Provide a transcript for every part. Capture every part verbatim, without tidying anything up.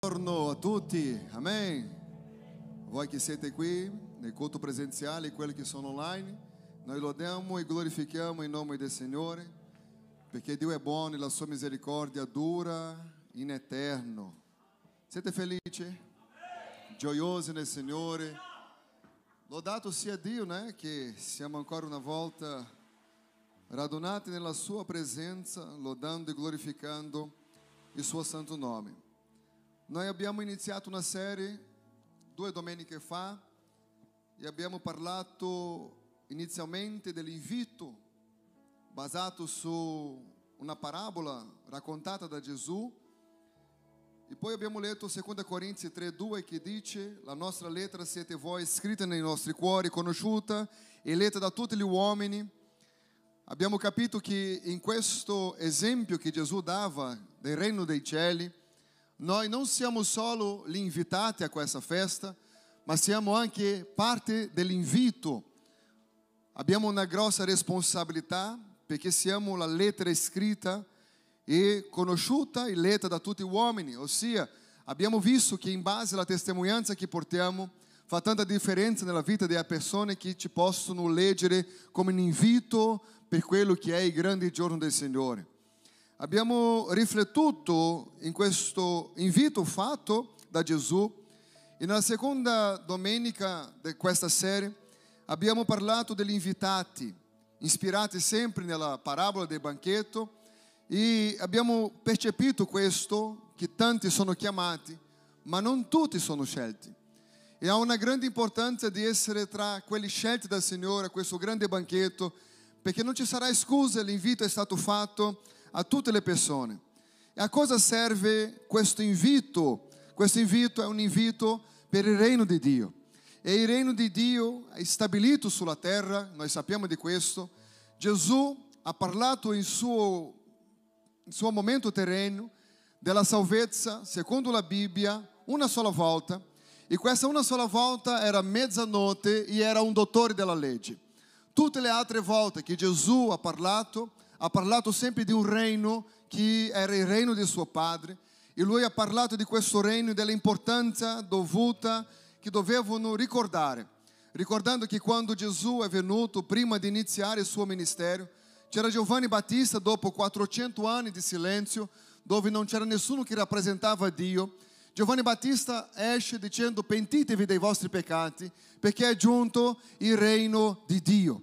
Buongiorno a tutti, amen. Voi che siete qui nel culto presenziale e quelli che sono online, noi lodiamo e glorifichiamo in nome del Signore, perché Dio è buono e la sua misericordia dura in eterno. Siete felici? Gioiosi nel Signore? Lodato sia Dio, né? Che siamo ancora una volta radunati nella sua presenza, lodando e glorificando il suo santo nome. Noi abbiamo iniziato una serie due domeniche fa e abbiamo parlato inizialmente dell'invito basato su una parabola raccontata da Gesù e poi abbiamo letto seconda Corinzi tre due che dice: la nostra lettera siete voi, scritta nei nostri cuori, conosciuta e letta da tutti gli uomini. Abbiamo capito che in questo esempio che Gesù dava del regno dei cieli, noi non siamo solo gli invitati a questa festa, ma siamo anche parte dell'invito. Abbiamo una grossa responsabilità perché siamo la lettera scritta e conosciuta e letta da tutti gli uomini. Ossia, abbiamo visto che in base alla testimonianza che portiamo fa tanta differenza nella vita delle persone che ci possono leggere come un invito per quello che è il grande giorno del Signore. Abbiamo riflettuto in questo invito fatto da Gesù e nella seconda domenica di questa serie abbiamo parlato degli invitati, ispirati sempre nella parabola del banchetto, e abbiamo percepito questo, che tanti sono chiamati, ma non tutti sono scelti. E ha una grande importanza di essere tra quelli scelti dal Signore a questo grande banchetto, perché non ci sarà scusa, l'invito è stato fatto a tutte le persone. E a cosa serve questo invito? Questo invito è un invito per il regno di Dio. E il regno di Dio è stabilito sulla terra, noi sappiamo di questo. Gesù ha parlato in suo, in suo momento terreno della salvezza, secondo la Bibbia, una sola volta. E questa una sola volta era mezzanotte e era un dottore della legge. Tutte le altre volte che Gesù ha parlato, ha parlato sempre di un regno che era il regno di suo padre, e lui ha parlato di questo regno e dell'importanza dovuta che dovevano ricordare, ricordando che quando Gesù è venuto prima di iniziare il suo ministero c'era Giovanni Battista dopo quattrocento anni di silenzio, dove non c'era nessuno che rappresentava Dio. Giovanni Battista esce dicendo: pentitevi dei vostri peccati perché è giunto il regno di Dio.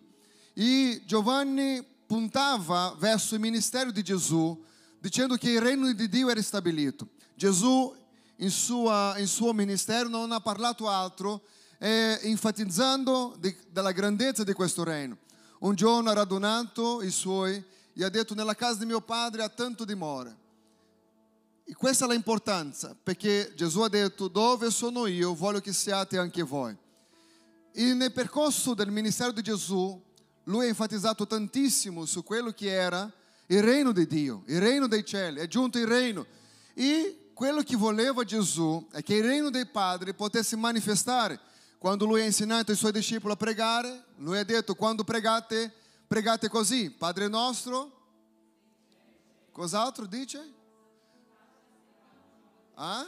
E Giovanni puntava verso il ministero di Gesù, dicendo che il regno di Dio era stabilito. Gesù in, sua, in suo ministero non ha parlato altro, eh, enfatizzando di, della grandezza di questo regno. Un giorno ha radunato i suoi e ha detto: nella casa di mio padre ha tanto dimora. E questa è l'importanza, perché Gesù ha detto: dove sono io voglio che siate anche voi. E nel percorso del ministero di Gesù lui ha enfatizzato tantissimo su quello che era il regno di Dio, il regno dei cieli, è giunto il regno. E quello che voleva Gesù è che il regno dei padri potesse manifestare. Quando lui ha insegnato ai suoi discepoli a pregare, lui ha detto: quando pregate, pregate così: Padre nostro, cos'altro dice? Ah?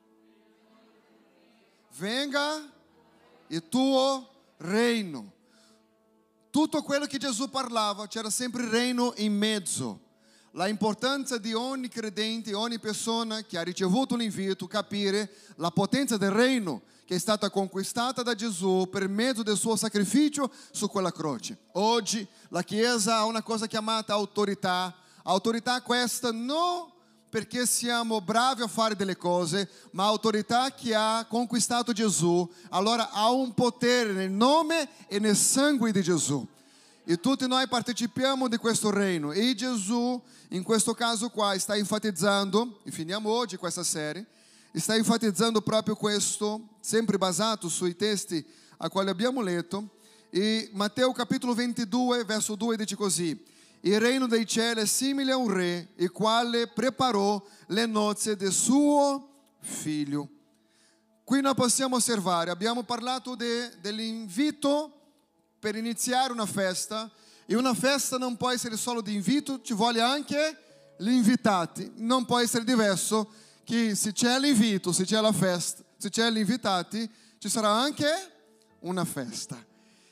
Venga il tuo regno. Tutto quello che Gesù parlava c'era sempre il regno in mezzo. La importanza di ogni credente, ogni persona che ha ricevuto l'invito, capire la potenza del regno che è stata conquistata da Gesù per mezzo del suo sacrificio su quella croce. Oggi la Chiesa ha una cosa chiamata autorità. Autorità questa non perché siamo bravi a fare delle cose, ma autorità che ha conquistato Gesù. Allora ha un potere nel nome e nel sangue di Gesù. E tutti noi partecipiamo di questo regno. E Gesù, in questo caso qua, sta enfatizzando, e finiamo oggi questa serie, sta enfatizzando proprio questo, sempre basato sui testi a quali abbiamo letto. E Matteo capitolo ventidue, verso due dice così: il regno dei cieli è simile a un re, il quale preparò le nozze del suo figlio. Qui noi possiamo osservare, abbiamo parlato de, dell'invito per iniziare una festa, e una festa non può essere solo di invito, ci vuole anche gli invitati. Non può essere diverso che se c'è l'invito, se c'è la festa, se c'è gli invitati, ci sarà anche una festa.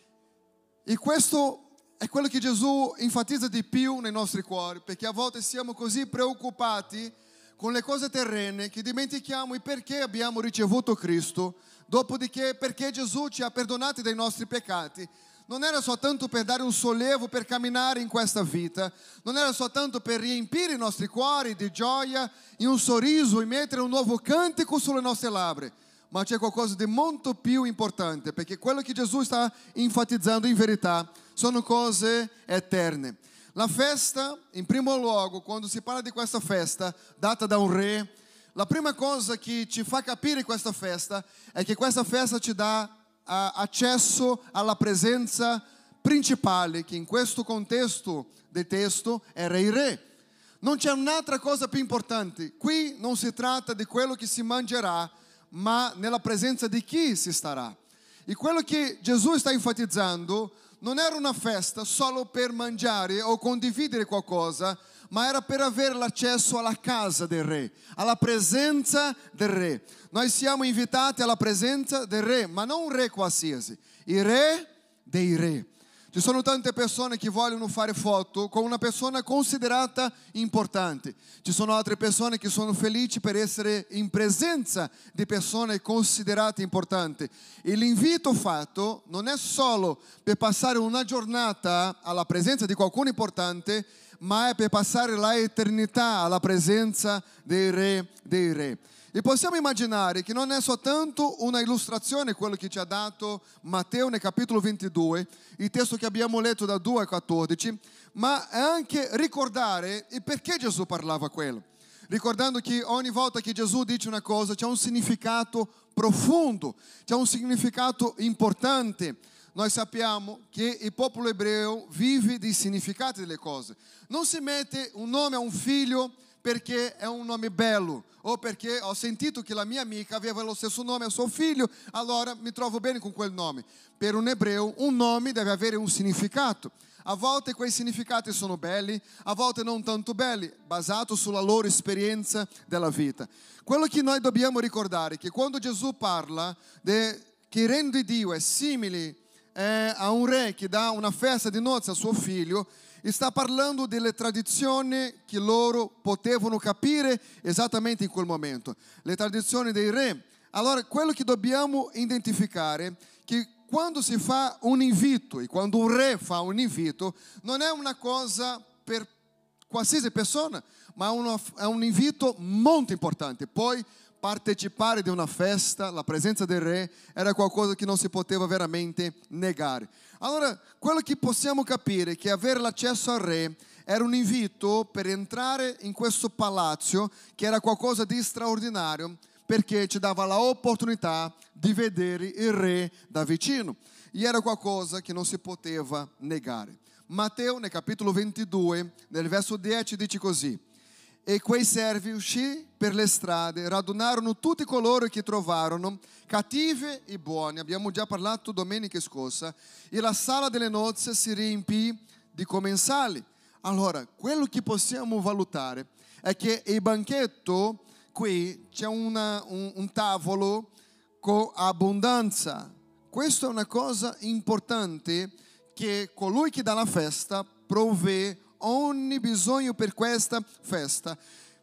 E questo è quello che Gesù enfatizza di più nei nostri cuori, perché a volte siamo così preoccupati con le cose terrene che dimentichiamo il perché abbiamo ricevuto Cristo, dopodiché perché Gesù ci ha perdonati dai nostri peccati. Non era soltanto per dare un sollievo, per camminare in questa vita, non era soltanto per riempire i nostri cuori di gioia, in un sorriso e mettere un nuovo cantico sulle nostre labbra, ma c'è qualcosa di molto più importante, perché quello che Gesù sta enfatizzando in verità sono cose eterne. La festa, in primo luogo, quando si parla di questa festa data da un re, la prima cosa che ci fa capire questa festa è che questa festa ci dà uh, accesso alla presenza principale, che in questo contesto del testo era il re. Non c'è un'altra cosa più importante. Qui non si tratta di quello che si mangerà, ma nella presenza di chi si starà. E quello che Gesù sta enfatizzando non era una festa solo per mangiare o condividere qualcosa, ma era per avere l'accesso alla casa del re, alla presenza del re. Noi siamo invitati alla presenza del re, ma non un re qualsiasi, il re dei re. Ci sono tante persone che vogliono fare foto con una persona considerata importante. Ci sono altre persone che sono felici per essere in presenza di persone considerate importanti. E l'invito fatto non è solo per passare una giornata alla presenza di qualcuno importante, ma è per passare l'eternità alla presenza dei re dei re. E possiamo immaginare che non è soltanto una illustrazione quello che ci ha dato Matteo nel capitolo ventidue, il testo che abbiamo letto da due a quattordici, ma è anche ricordare il perché Gesù parlava quello. Ricordando che ogni volta che Gesù dice una cosa c'è un significato profondo, c'è un significato importante. Noi sappiamo che il popolo ebreo vive dei significati delle cose. Non si mette un nome a un figlio perché è un nome bello, o perché ho sentito che la mia amica aveva lo stesso nome a suo figlio, allora mi trovo bene con quel nome. Per un ebreo un nome deve avere un significato. A volte quei significati sono belli, a volte non tanto belli, basato sulla loro esperienza della vita. Quello che noi dobbiamo ricordare è che quando Gesù parla de, che il regno di Dio è simile eh, a un re che dà una festa di nozze a suo figlio, sta parlando delle tradizioni che loro potevano capire esattamente in quel momento, le tradizioni dei re. Allora, quello che dobbiamo identificare è che quando si fa un invito, e quando un re fa un invito, non è una cosa per qualsiasi persona, ma uno, è un invito molto importante. Poi partecipare di una festa, la presenza del re, era qualcosa che non si poteva veramente negare. Allora, quello che possiamo capire è che avere l'accesso al re era un invito per entrare in questo palazzo, che era qualcosa di straordinario, perché ci dava l'opportunità di vedere il re da vicino. E era qualcosa che non si poteva negare. Matteo, nel capitolo ventidue, nel verso dieci, dice così: E quei servi uscì per le strade, radunarono tutti coloro che trovarono, cattivi e buoni. Abbiamo già parlato domenica scorsa. E la sala delle nozze si riempì di commensali. Allora, quello che possiamo valutare è che il banchetto qui c'è una, un, un tavolo con abbondanza. Questa è una cosa importante, che colui che dà la festa provvede ogni bisogno per questa festa.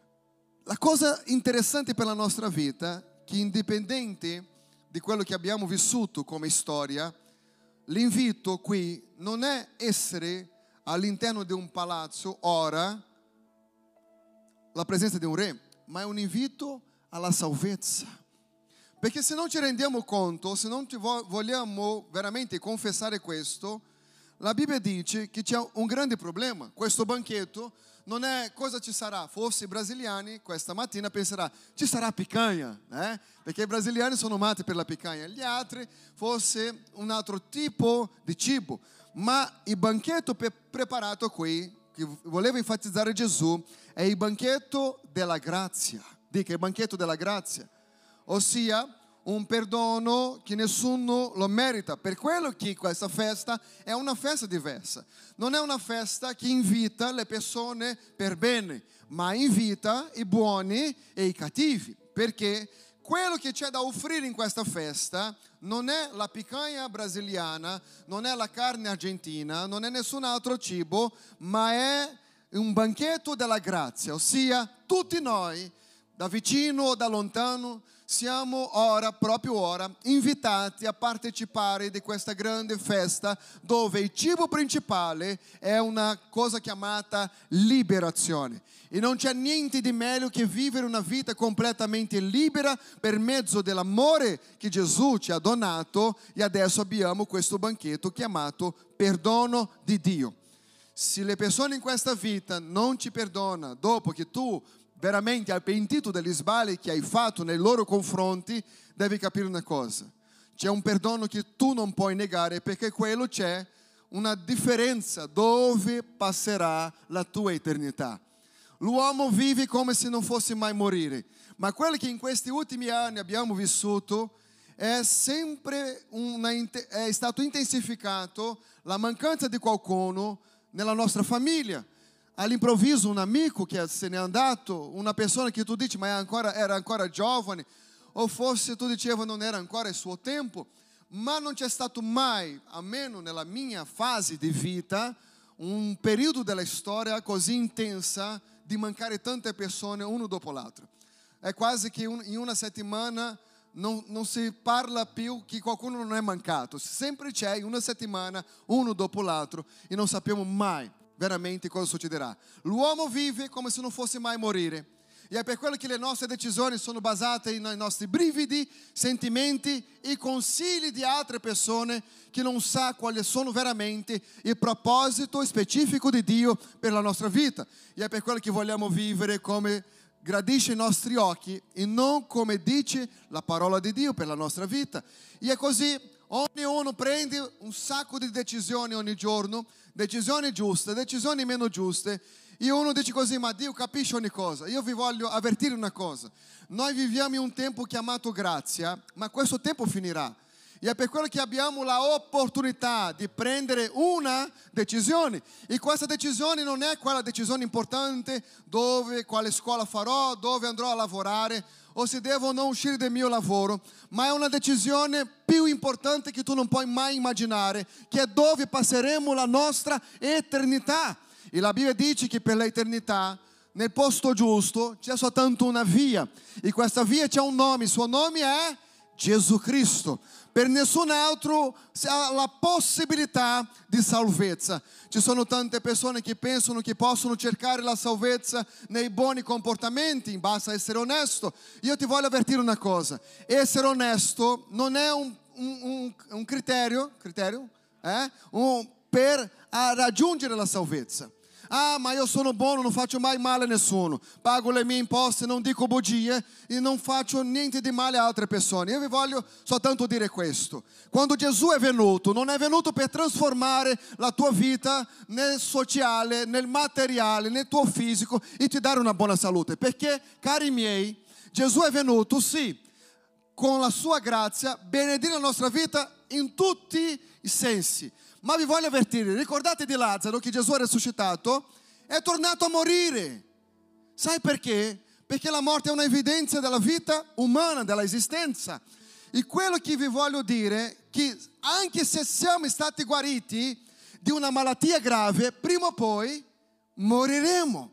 La cosa interessante per la nostra vita è che, indipendente di quello che abbiamo vissuto come storia, l'invito qui non è essere all'interno di un palazzo ora, la presenza di un re, ma è un invito alla salvezza. Perché se non ci rendiamo conto, se non ci vogliamo veramente confessare questo, la Bibbia dice che c'è un grande problema. Questo banchetto non è cosa ci sarà. Forse i brasiliani questa mattina penseranno ci sarà picanha, eh? Perché i brasiliani sono matti per la picanha. Gli altri forse un altro tipo di cibo. Ma il banchetto pre- preparato qui, che voleva enfatizzare Gesù, è il banchetto della grazia. Dica, il banchetto della grazia. Ossia, un perdono che nessuno lo merita. Per quello che questa festa è una festa diversa. Non è una festa che invita le persone per bene, ma invita i buoni e i cattivi, perché quello che c'è da offrire in questa festa non è la picanha brasiliana, non è la carne argentina, non è nessun altro cibo, ma è un banchetto della grazia, ossia tutti noi, da vicino o da lontano, siamo ora, proprio ora, invitati a partecipare di questa grande festa dove il cibo principale è una cosa chiamata liberazione. E non c'è niente di meglio che vivere una vita completamente libera per mezzo dell'amore che Gesù ci ha donato, e adesso abbiamo questo banchetto chiamato perdono di Dio. Se le persone in questa vita non ci perdonano dopo che tu veramente hai pentito degli sbagli che hai fatto nei loro confronti, devi capire una cosa: c'è un perdono che tu non puoi negare, perché quello c'è una differenza dove passerà la tua eternità. L'uomo vive come se non fosse mai morire, ma quello che in questi ultimi anni abbiamo vissuto è sempre una, è stato intensificato la mancanza di qualcuno nella nostra famiglia. All'improvviso un amico che se n'è andato, una persona che tu dici ma ancora, era ancora giovane, o forse tu dicevi non era ancora il suo tempo, ma non c'è stato mai, almeno nella mia fase di vita, un periodo della storia così intensa di mancare tante persone uno dopo l'altro. È quasi che in una settimana non, non si parla più che qualcuno non è mancato, sempre c'è in una settimana uno dopo l'altro e non sappiamo mai veramente cosa succederà. L'uomo vive come se non fosse mai morire, e è per quello che le nostre decisioni sono basate nei nostri brividi, sentimenti e consigli di altre persone che non sa quali sono veramente il proposito specifico di Dio per la nostra vita, e è per quello che vogliamo vivere come gradisce i nostri occhi e non come dice la parola di Dio per la nostra vita. E è così, ognuno prende un sacco di decisioni ogni giorno, decisioni giuste, decisioni meno giuste, e uno dice così: ma Dio capisce ogni cosa. Io vi voglio avvertire una cosa: noi viviamo in un tempo chiamato grazia, ma questo tempo finirà, e è per quello che abbiamo l'opportunità di prendere una decisione, e questa decisione non è quella decisione importante dove, quale scuola farò, dove andrò a lavorare o se devo o non uscire del mio lavoro, ma è una decisione più importante che tu non puoi mai immaginare, che è dove passeremo la nostra eternità. E la Bibbia dice che per l'eternità nel posto giusto c'è soltanto una via, e questa via c'è un nome, il suo nome è Gesù Cristo. Per nessun altro ha la possibilità di salvezza. Ci sono tante persone che pensano che possono cercare la salvezza nei buoni comportamenti, basta essere onesto. Io ti voglio avvertire una cosa: essere onesto non è un, un, un, un criterio, criterio eh? un, per raggiungere la salvezza. Ah, ma io sono buono, non faccio mai male a nessuno, pago le mie imposte, non dico bugie e non faccio niente di male a altre persone. Io vi voglio soltanto dire questo: quando Gesù è venuto, non è venuto per trasformare la tua vita nel sociale, nel materiale, nel tuo fisico e ti dare una buona salute, perché, cari miei, Gesù è venuto, sì, con la sua grazia, benedire la nostra vita in tutti i sensi. Ma vi voglio avvertire, ricordate di Lazzaro che Gesù è risuscitato, è tornato a morire. Sai perché? Perché la morte è un'evidenza della vita umana, dell'esistenza. E quello che vi voglio dire è che anche se siamo stati guariti di una malattia grave, prima o poi moriremo.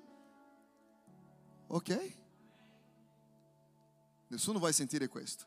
Ok? Nessuno vai sentire questo.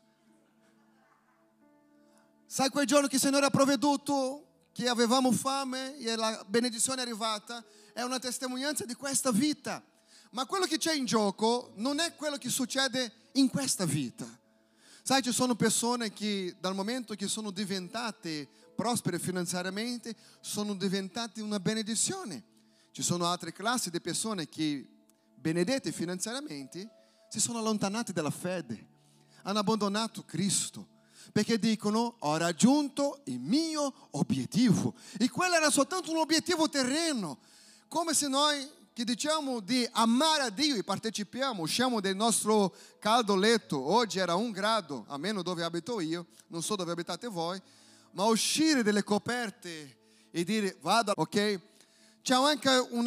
Sai quel giorno che il Signore ha provveduto, che avevamo fame e la benedizione è arrivata? È una testimonianza di questa vita. Ma quello che c'è in gioco non è quello che succede in questa vita. Sai, ci sono persone che dal momento che sono diventate prospere finanziariamente sono diventate una benedizione. Ci sono altre classi di persone che, benedette finanziariamente, si sono allontanate dalla fede, hanno abbandonato Cristo, perché dicono: ho raggiunto il mio obiettivo. E quello era soltanto un obiettivo terreno, come se noi che diciamo di amare a Dio e partecipiamo, usciamo del nostro caldo letto. Oggi era un grado, almeno dove abito io, non so dove abitate voi, ma uscire dalle coperte e dire vado, ok? C'è anche una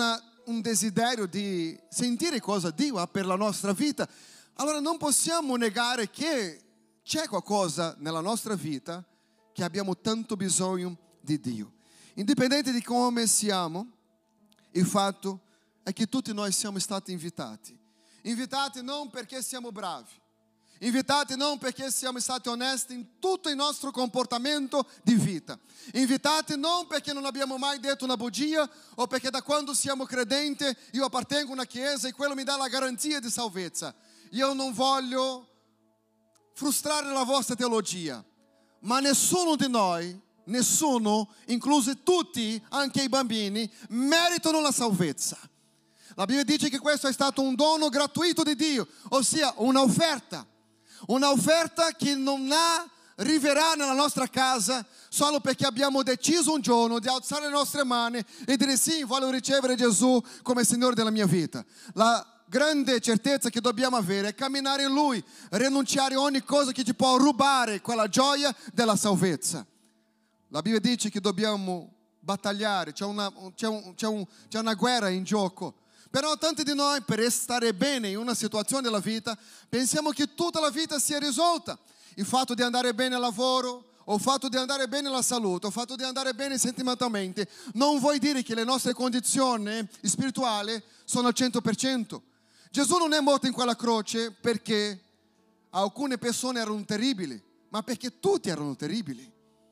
un desiderio di sentire cosa Dio ha per la nostra vita, allora non possiamo negare che c'è qualcosa nella nostra vita che abbiamo tanto bisogno di Dio. Indipendente di come siamo, il fatto è che tutti noi siamo stati invitati. Invitati non perché siamo bravi, invitati non perché siamo stati onesti in tutto il nostro comportamento di vita, invitati non perché non abbiamo mai detto una bugia o perché da quando siamo credenti io appartengo a una chiesa e quello mi dà la garanzia di salvezza. Io non voglio frustrare la vostra teologia, ma nessuno di noi, nessuno, inclusi tutti, anche i bambini, meritano la salvezza. La Bibbia dice che questo è stato un dono gratuito di Dio, ossia un'offerta, un'offerta che non arriverà nella nostra casa solo perché abbiamo deciso un giorno di alzare le nostre mani e dire sì, voglio ricevere Gesù come Signore della mia vita. La grande certezza che dobbiamo avere è camminare in Lui, rinunciare a ogni cosa che ci può rubare quella gioia della salvezza. La Bibbia dice che dobbiamo battagliare, c'è una, c'è un, c'è un, c'è una guerra in gioco. Però tanti di noi, per stare bene in una situazione della vita, pensiamo che tutta la vita sia risolta. Il fatto di andare bene al lavoro, o il fatto di andare bene alla salute, o il fatto di andare bene sentimentalmente, non vuol dire che le nostre condizioni spirituali sono al cento per cento. Gesù non è morto in quella croce perché alcune persone erano terribili, ma perché tutti erano terribili.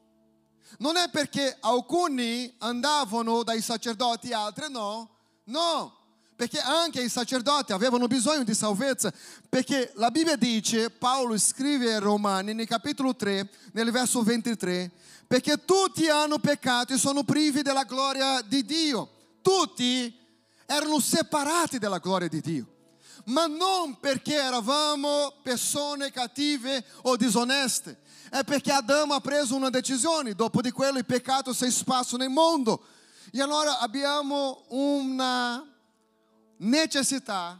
Non è perché alcuni andavano dai sacerdoti e altri no, no. Perché anche i sacerdoti avevano bisogno di salvezza, perché la Bibbia dice, Paolo scrive ai Romani nel capitolo tre, nel verso ventitré, perché tutti hanno peccato e sono privi della gloria di Dio. Tutti erano separati dalla gloria di Dio, ma non perché eravamo persone cattive o disoneste, è perché Adamo ha preso una decisione, dopo di quello il peccato si è sparso nel mondo. E allora abbiamo una necessità,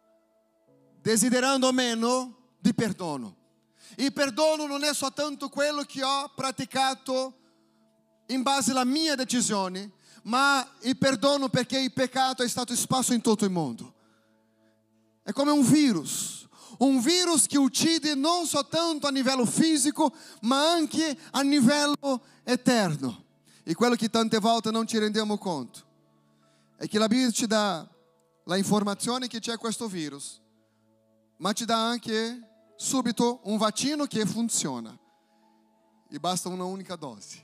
desiderando meno, di perdono. Il perdono non è soltanto quello che ho praticato in base alla mia decisione, ma il perdono perché il peccato è stato sparso in tutto il mondo. È come un virus, un virus che uccide non soltanto a livello fisico, ma anche a livello eterno. E quello che tante volte non ci rendiamo conto è che la Bibbia ci dà la informazione che c'è questo virus, ma ci dà anche subito un vaccino che funziona e basta una unica dose.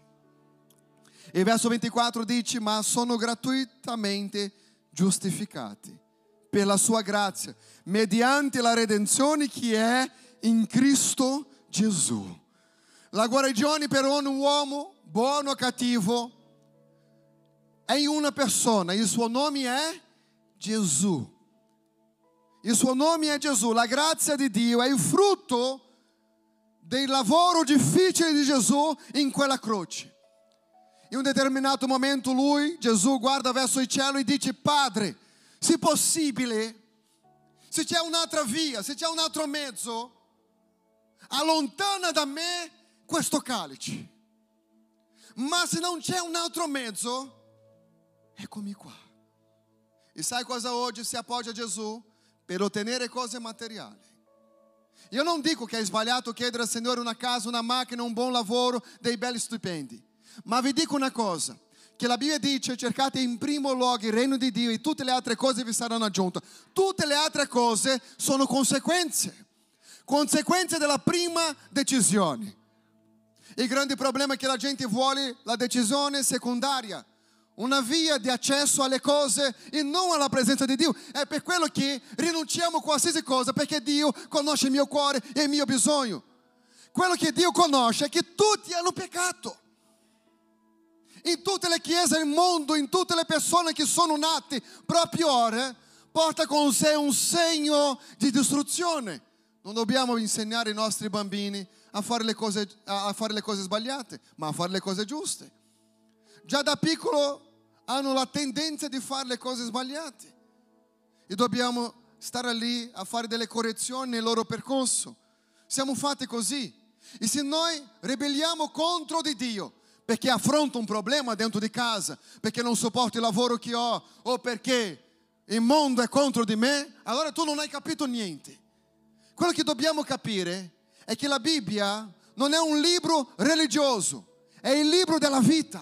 Il verso ventiquattro dice: ma sono gratuitamente giustificati per la sua grazia mediante la redenzione che è in Cristo Gesù. La guarigione per ogni uomo, buono o cattivo, è in una persona, il suo nome è Gesù. Il suo nome è Gesù. La grazia di Dio è il frutto del lavoro difficile di Gesù in quella croce. In un determinato momento lui, Gesù, guarda verso il cielo e dice: Padre, se possibile, se c'è un'altra via, se c'è un altro mezzo, allontana da me questo calice. Ma se non c'è un altro mezzo, eccomi qua. E sai cosa oggi si appoggia a Gesù? Per ottenere cose materiali. Io non dico che è sbagliato chiedere al Signore una casa, una macchina, un buon lavoro, dei belli stipendi. Ma vi dico una cosa, che la Bibbia dice: cercate in primo luogo il regno di Dio e tutte le altre cose vi saranno aggiunte. Tutte le altre cose sono conseguenze. Conseguenze della prima decisione. Il grande problema è che la gente vuole la decisione secondaria, una via di accesso alle cose e non alla presenza di Dio. È per quello che rinunciamo a qualsiasi cosa, perché Dio conosce il mio cuore e il mio bisogno. Quello che Dio conosce è che tutti hanno peccato. In tutte le chiese del mondo, in tutte le persone che sono nate proprio ora, porta con sé un segno di distruzione. Non dobbiamo insegnare ai nostri bambini a fare le cose, a fare le cose sbagliate, ma a fare le cose giuste. Già da piccolo hanno la tendenza di fare le cose sbagliate e dobbiamo stare lì a fare delle correzioni nel loro percorso. Siamo fatti così. E se noi ribelliamo contro di Dio perché affronto un problema dentro di casa, perché non sopporto il lavoro che ho, o perché il mondo è contro di me, allora tu non hai capito niente. Quello che dobbiamo capire è che la Bibbia non è un libro religioso, è il libro della vita.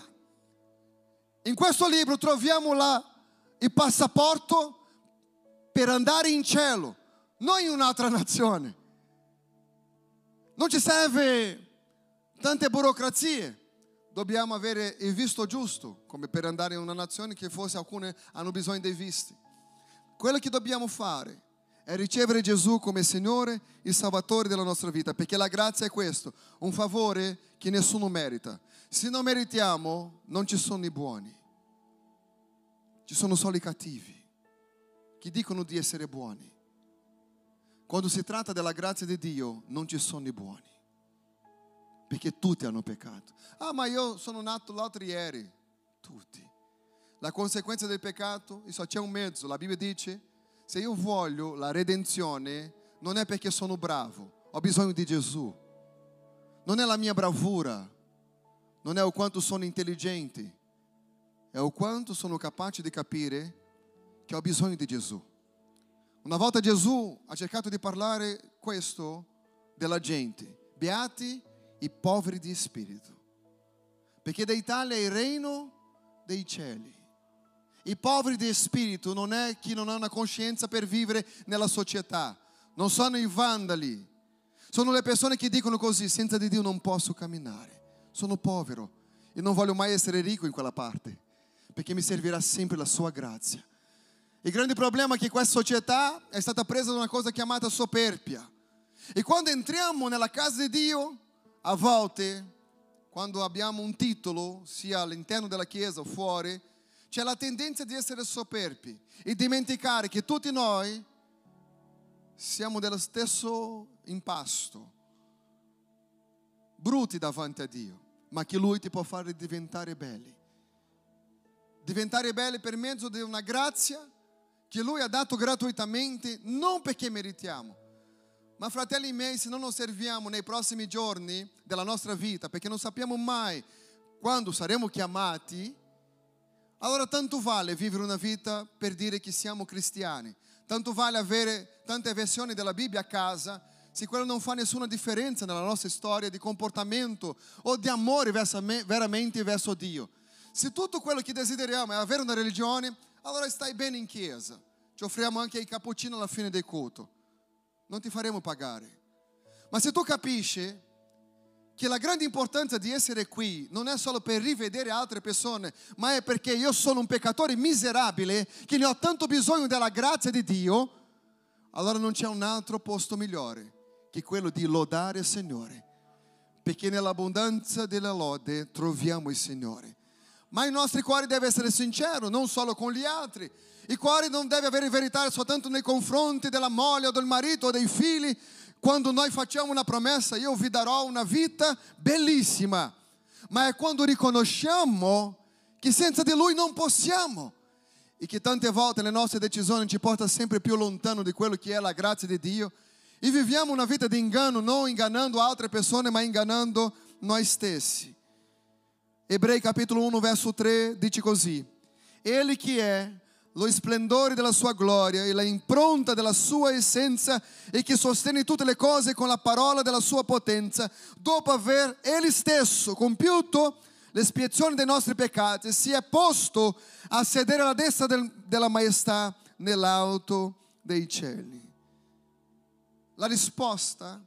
In questo libro troviamo la, il passaporto per andare in cielo, non in un'altra nazione. Non ci serve tante burocrazie. Dobbiamo avere il visto giusto, come per andare in una nazione che forse alcune hanno bisogno dei visti. Quello che dobbiamo fare è ricevere Gesù come Signore e Salvatore della nostra vita, perché la grazia è questo, un favore che nessuno merita. Se non meritiamo, non ci sono i buoni, ci sono solo i cattivi, che dicono di essere buoni. Quando si tratta della grazia di Dio, non ci sono i buoni, perché tutti hanno peccato. Ah, ma io sono nato l'altro ieri. Tutti. La conseguenza del peccato, e só c'è un mezzo. La Bibbia dice, se io voglio la redenzione, non è perché sono bravo, ho bisogno di Gesù. Non è la mia bravura, non è o quanto sono intelligente, è o quanto sono capace di capire che ho bisogno di Gesù. Una volta Gesù ha cercato di parlare questo della gente. Beati i poveri di spirito, perché da Italia è il regno dei cieli. I poveri di spirito non è chi non ha una coscienza per vivere nella società, non sono i vandali, sono le persone che dicono così: senza di Dio non posso camminare, sono povero e non voglio mai essere ricco in quella parte, perché mi servirà sempre la sua grazia. Il grande problema è che questa società è stata presa da una cosa chiamata soperchia, e quando entriamo nella casa di Dio, a volte, quando abbiamo un titolo, sia all'interno della chiesa o fuori, c'è la tendenza di essere soperbi e dimenticare che tutti noi siamo dello stesso impasto, brutti davanti a Dio, ma che Lui ti può fare diventare belli. Diventare belli per mezzo di una grazia che Lui ha dato gratuitamente, non perché meritiamo. Ma fratelli miei, se non lo serviamo nei prossimi giorni della nostra vita, perché non sappiamo mai quando saremo chiamati, allora tanto vale vivere una vita per dire che siamo cristiani. Tanto vale avere tante versioni della Bibbia a casa, se quello non fa nessuna differenza nella nostra storia di comportamento o di amore verso me, veramente verso Dio. Se tutto quello che desideriamo è avere una religione, allora stai bene in chiesa. Ci offriamo anche i cappuccini alla fine del culto. Non ti faremo pagare. Ma se tu capisci che la grande importanza di essere qui non è solo per rivedere altre persone, ma è perché io sono un peccatore miserabile che ne ho tanto bisogno della grazia di Dio, allora non c'è un altro posto migliore che quello di lodare il Signore, perché nell'abbondanza della lode troviamo il Signore. Ma i nostri cuori devono essere sinceri, non solo con gli altri. Il cuore non deve avere verità soltanto nei confronti della moglie o del marito o dei figli. Quando noi facciamo una promessa, io vi darò una vita bellissima, ma è quando riconosciamo che senza di Lui non possiamo, e che tante volte le nostre decisioni ci portano sempre più lontano di quello che è la grazia di Dio, e viviamo una vita di inganno, non ingannando altre persone ma ingannando noi stessi. Ebrei capitolo uno verso tre dice così: Ele che è lo splendore della sua gloria e la impronta della sua essenza e che sostiene tutte le cose con la parola della sua potenza, dopo aver Egli stesso compiuto l'espiazione dei nostri peccati, si è posto a sedere alla destra del, della maestà nell'alto dei cieli. La risposta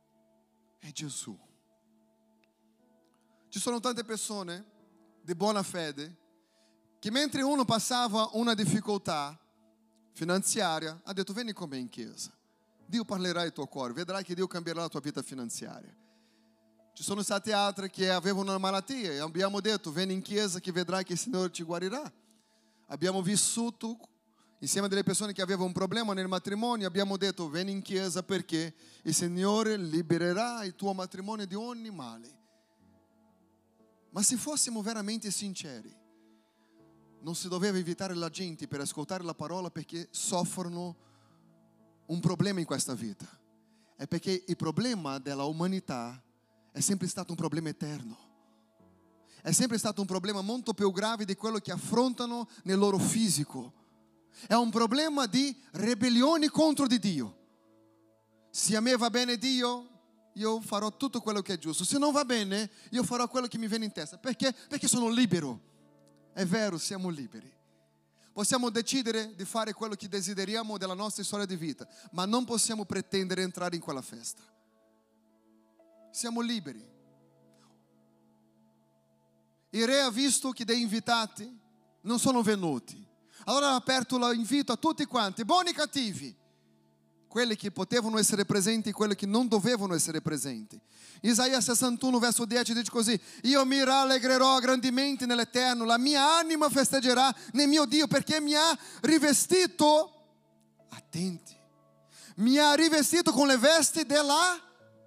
è Gesù. Ci sono tante persone di buona fede che mentre uno passava una difficoltà finanziaria ha detto: vieni con me in chiesa, Dio parlerà al tuo cuore, vedrai che Dio cambierà la tua vita finanziaria. Ci sono stati altri che avevano una malattia e abbiamo detto: vieni in chiesa che vedrai che il Signore ti guarirà. Abbiamo vissuto insieme a delle persone che avevano un problema nel matrimonio, abbiamo detto: vieni in chiesa perché il Signore libererà il tuo matrimonio di ogni male. Ma se fossimo veramente sinceri, non si doveva invitare la gente per ascoltare la parola perché soffrono un problema in questa vita. È perché il problema della umanità è sempre stato un problema eterno. È sempre stato un problema molto più grave di quello che affrontano nel loro fisico. È un problema di ribellione contro di Dio. Se a me va bene Dio, io farò tutto quello che è giusto. Se non va bene, io farò quello che mi viene in testa. Perché? Perché sono libero. È vero, siamo liberi. Possiamo decidere di fare quello che desideriamo della nostra storia di vita, ma non possiamo pretendere di entrare in quella festa. Siamo liberi. Il re ha visto che dei invitati non sono venuti. Allora ha aperto l'invito a tutti quanti, buoni e cattivi, quelli che potevano essere presenti e quelli che non dovevano essere presenti. Isaia sessantuno verso dieci dice così: io mi rallegrerò grandemente nell'Eterno, la mia anima festeggerà nel mio Dio, perché mi ha rivestito, attenti, mi ha rivestito con le vesti della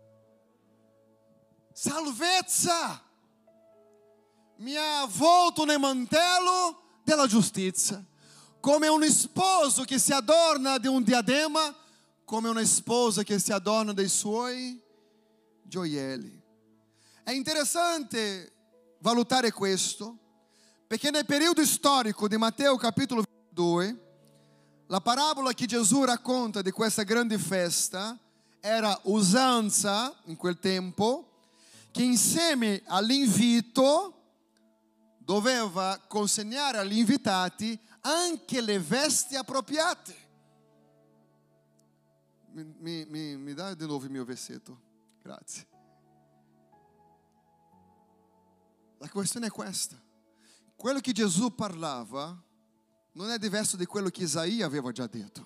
salvezza, mi ha avvolto nel mantello della giustizia, come un sposo che si adorna di un diadema, come una sposa che si adorna dei suoi gioielli. È interessante valutare questo, perché nel periodo storico di Matteo capitolo ventidue, la parabola che Gesù racconta di questa grande festa era usanza in quel tempo, che insieme all'invito doveva consegnare agli invitati anche le vesti appropriate. Mi, mi, mi, mi dà di nuovo il mio versetto? Grazie. La questione è questa. Quello che Gesù parlava non è diverso di quello che Isaia aveva già detto.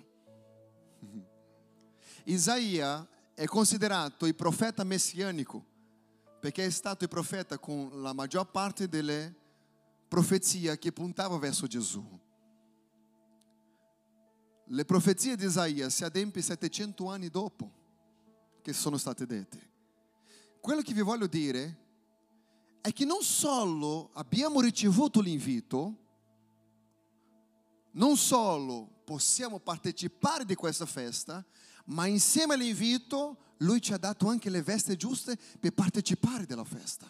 Isaia è considerato il profeta messianico, perché è stato il profeta con la maggior parte delle profezie che puntava verso Gesù. Le profezie di Isaia si adempiono settecento anni dopo che sono state dette. Quello che vi voglio dire è che non solo abbiamo ricevuto l'invito, non solo possiamo partecipare di questa festa, ma insieme all'invito Lui ci ha dato anche le vesti giuste per partecipare della festa.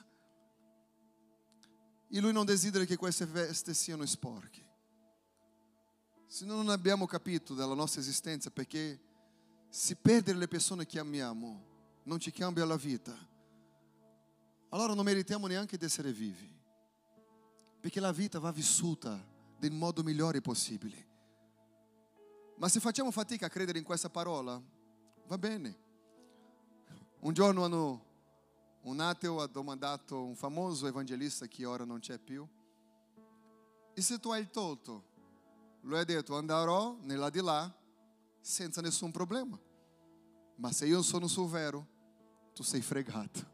E Lui non desidera che queste vesti siano sporche. Se non abbiamo capito della nostra esistenza, perché se perdere le persone che amiamo non ci cambia la vita, allora non meritiamo neanche di essere vivi, perché la vita va vissuta nel modo migliore possibile. Ma se facciamo fatica a credere in questa parola, va bene. Un giorno hanno, un ateo ha domandato un famoso evangelista che ora non c'è più: e se tu hai il tolto? Lui ha detto: andrò nell'aldilà senza nessun problema, ma se io sono sul vero, tu sei fregato.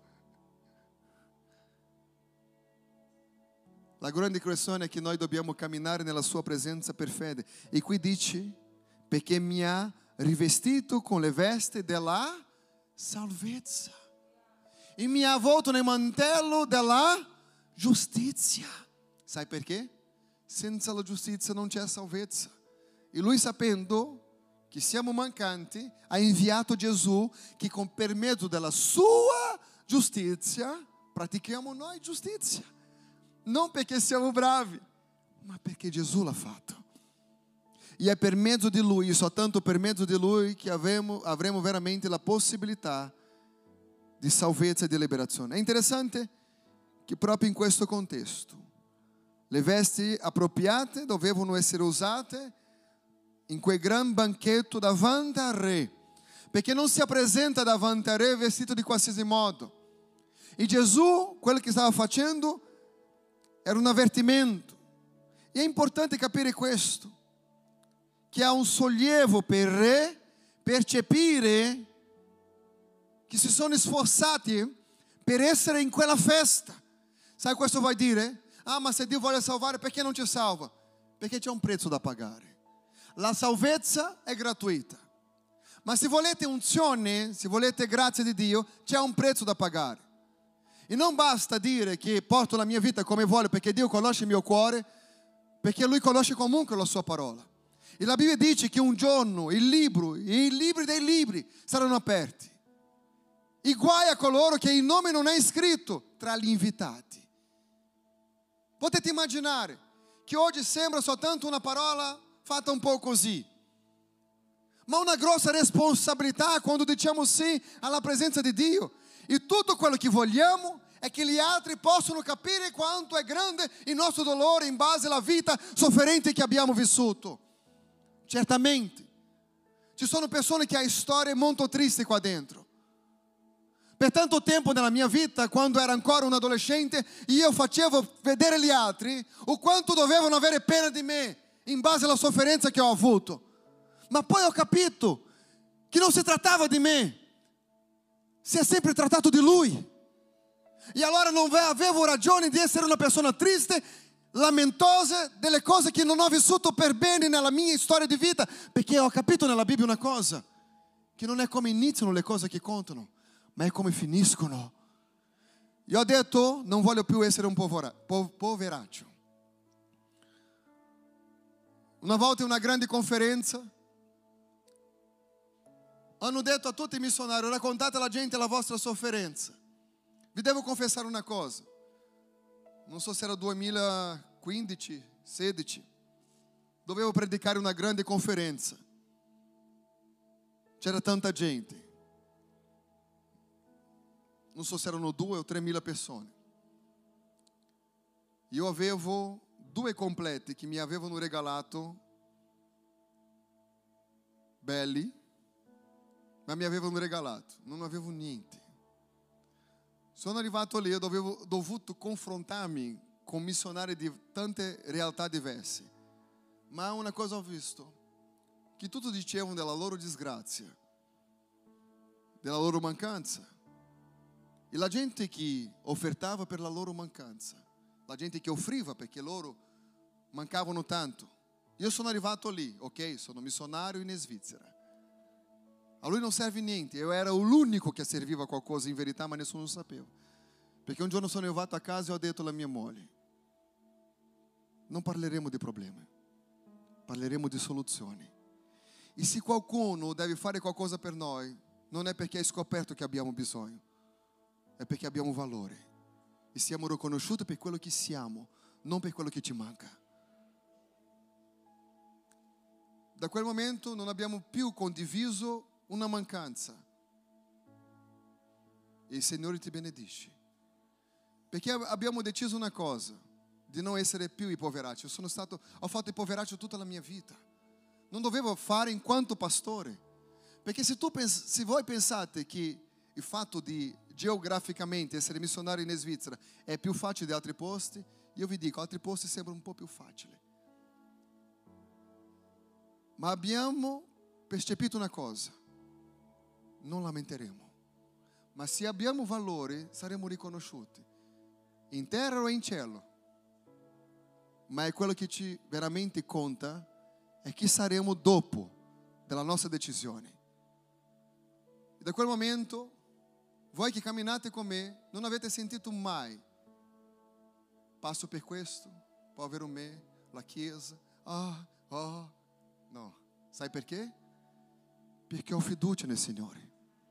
La grande questione è che noi dobbiamo camminare nella sua presenza per fede. E qui dice: perché mi ha rivestito con le vesti della salvezza e mi ha avvolto nel mantello della giustizia. Sai perché? Senza la giustizia non c'è salvezza. E Lui, sapendo che siamo mancanti, ha inviato Gesù, che con per mezzo della sua giustizia pratichiamo noi giustizia. Non perché siamo bravi, ma perché Gesù l'ha fatto. E è per mezzo di Lui, e soltanto per mezzo di Lui, che avremo, avremo veramente la possibilità di salvezza e di liberazione. È interessante che proprio in questo contesto le vesti appropriate dovevano essere usate in quel gran banchetto davanti al re, perché non si presenta davanti al re vestito di qualsiasi modo. E Gesù, quello che stava facendo era un avvertimento. E è importante capire questo, che ha un sollievo per il re percepire che si sono sforzati per essere in quella festa. Sai, questo vuol dire: ah, ma se Dio vuole salvare, perché non ci salva? Perché c'è un prezzo da pagare. La salvezza è gratuita, ma se volete unzione, se volete grazia di Dio, c'è un prezzo da pagare. E non basta dire che porto la mia vita come vuole, perché Dio conosce il mio cuore, perché Lui conosce comunque la sua parola. E la Bibbia dice che un giorno il libro, i libri dei libri saranno aperti. E guai a coloro che il nome non è iscritto tra gli invitati. Potete immaginare che oggi sembra soltanto una parola fatta un po' così. Ma una grossa responsabilità quando diciamo sì alla presenza di Dio. E tutto quello che vogliamo è che gli altri possano capire quanto è grande il nostro dolore in base alla vita sofferente che abbiamo vissuto. Certamente, ci sono persone che hanno storie molto tristi qua dentro. Per tanto tempo nella mia vita, quando ero ancora un adolescente, io facevo vedere agli altri o quanto dovevano avere pena di me in base alla sofferenza che ho avuto. Ma poi ho capito che non si trattava di me, si è sempre trattato di Lui. E allora non avevo ragione di essere una persona triste, lamentosa delle cose che non ho vissuto per bene nella mia storia di vita, perché ho capito nella Bibbia una cosa, che non è come iniziano le cose che contano, ma è come finiscono. Io ho detto, non voglio più essere un povera, po, poveraccio. Una volta in una grande conferenza hanno detto a tutti i missionari: raccontate alla gente la vostra sofferenza. Vi devo confessare una cosa, non so se era duemilaquindici, sedici, dovevo predicare una grande conferenza, c'era tanta gente, non so se erano due o tre mila persone. Io avevo due completi che mi avevano regalato, belli, ma mi avevano regalato, non avevo niente. Sono arrivato lì e dovevo dovuto confrontarmi con missionari di tante realtà diverse. Ma una cosa ho visto, che tutti dicevano della loro disgrazia, della loro mancanza. E la gente che offertava per la loro mancanza, la gente che offriva perché loro mancavano tanto. Io sono arrivato lì, ok, sono missionario in Svizzera. A lui non serve niente, io ero l'unico che serviva qualcosa in verità, ma nessuno sapeva. Perché un giorno sono arrivato a casa e ho detto alla mia moglie: non parleremo di problemi, parleremo di soluzioni. E se qualcuno deve fare qualcosa per noi, non è perché hai scoperto che abbiamo bisogno, è perché abbiamo valore. E siamo riconosciuti per quello che siamo, non per quello che ci manca. Da quel momento non abbiamo più condiviso una mancanza. E il Signore ti benedice. Perché abbiamo deciso una cosa, di non essere più i poveracci. Io sono stato, ho fatto il poveraccio tutta la mia vita. Non dovevo fare in quanto pastore. Perché se, tu pens- se voi pensate che il fatto di geograficamente essere missionario in Svizzera è più facile di altri posti, io vi dico, altri posti sembrano un po' più facili. Ma abbiamo percepito una cosa: non lamenteremo, ma se abbiamo valore saremo riconosciuti, in terra o in cielo. Ma è quello che ci veramente conta, è chi saremo dopo della nostra decisione. E da quel momento, voi che camminate con me, non avete sentito mai: passo per questo, povero me, la chiesa, ah, oh. No, sai perché? Perché ho fiducia nel Signore.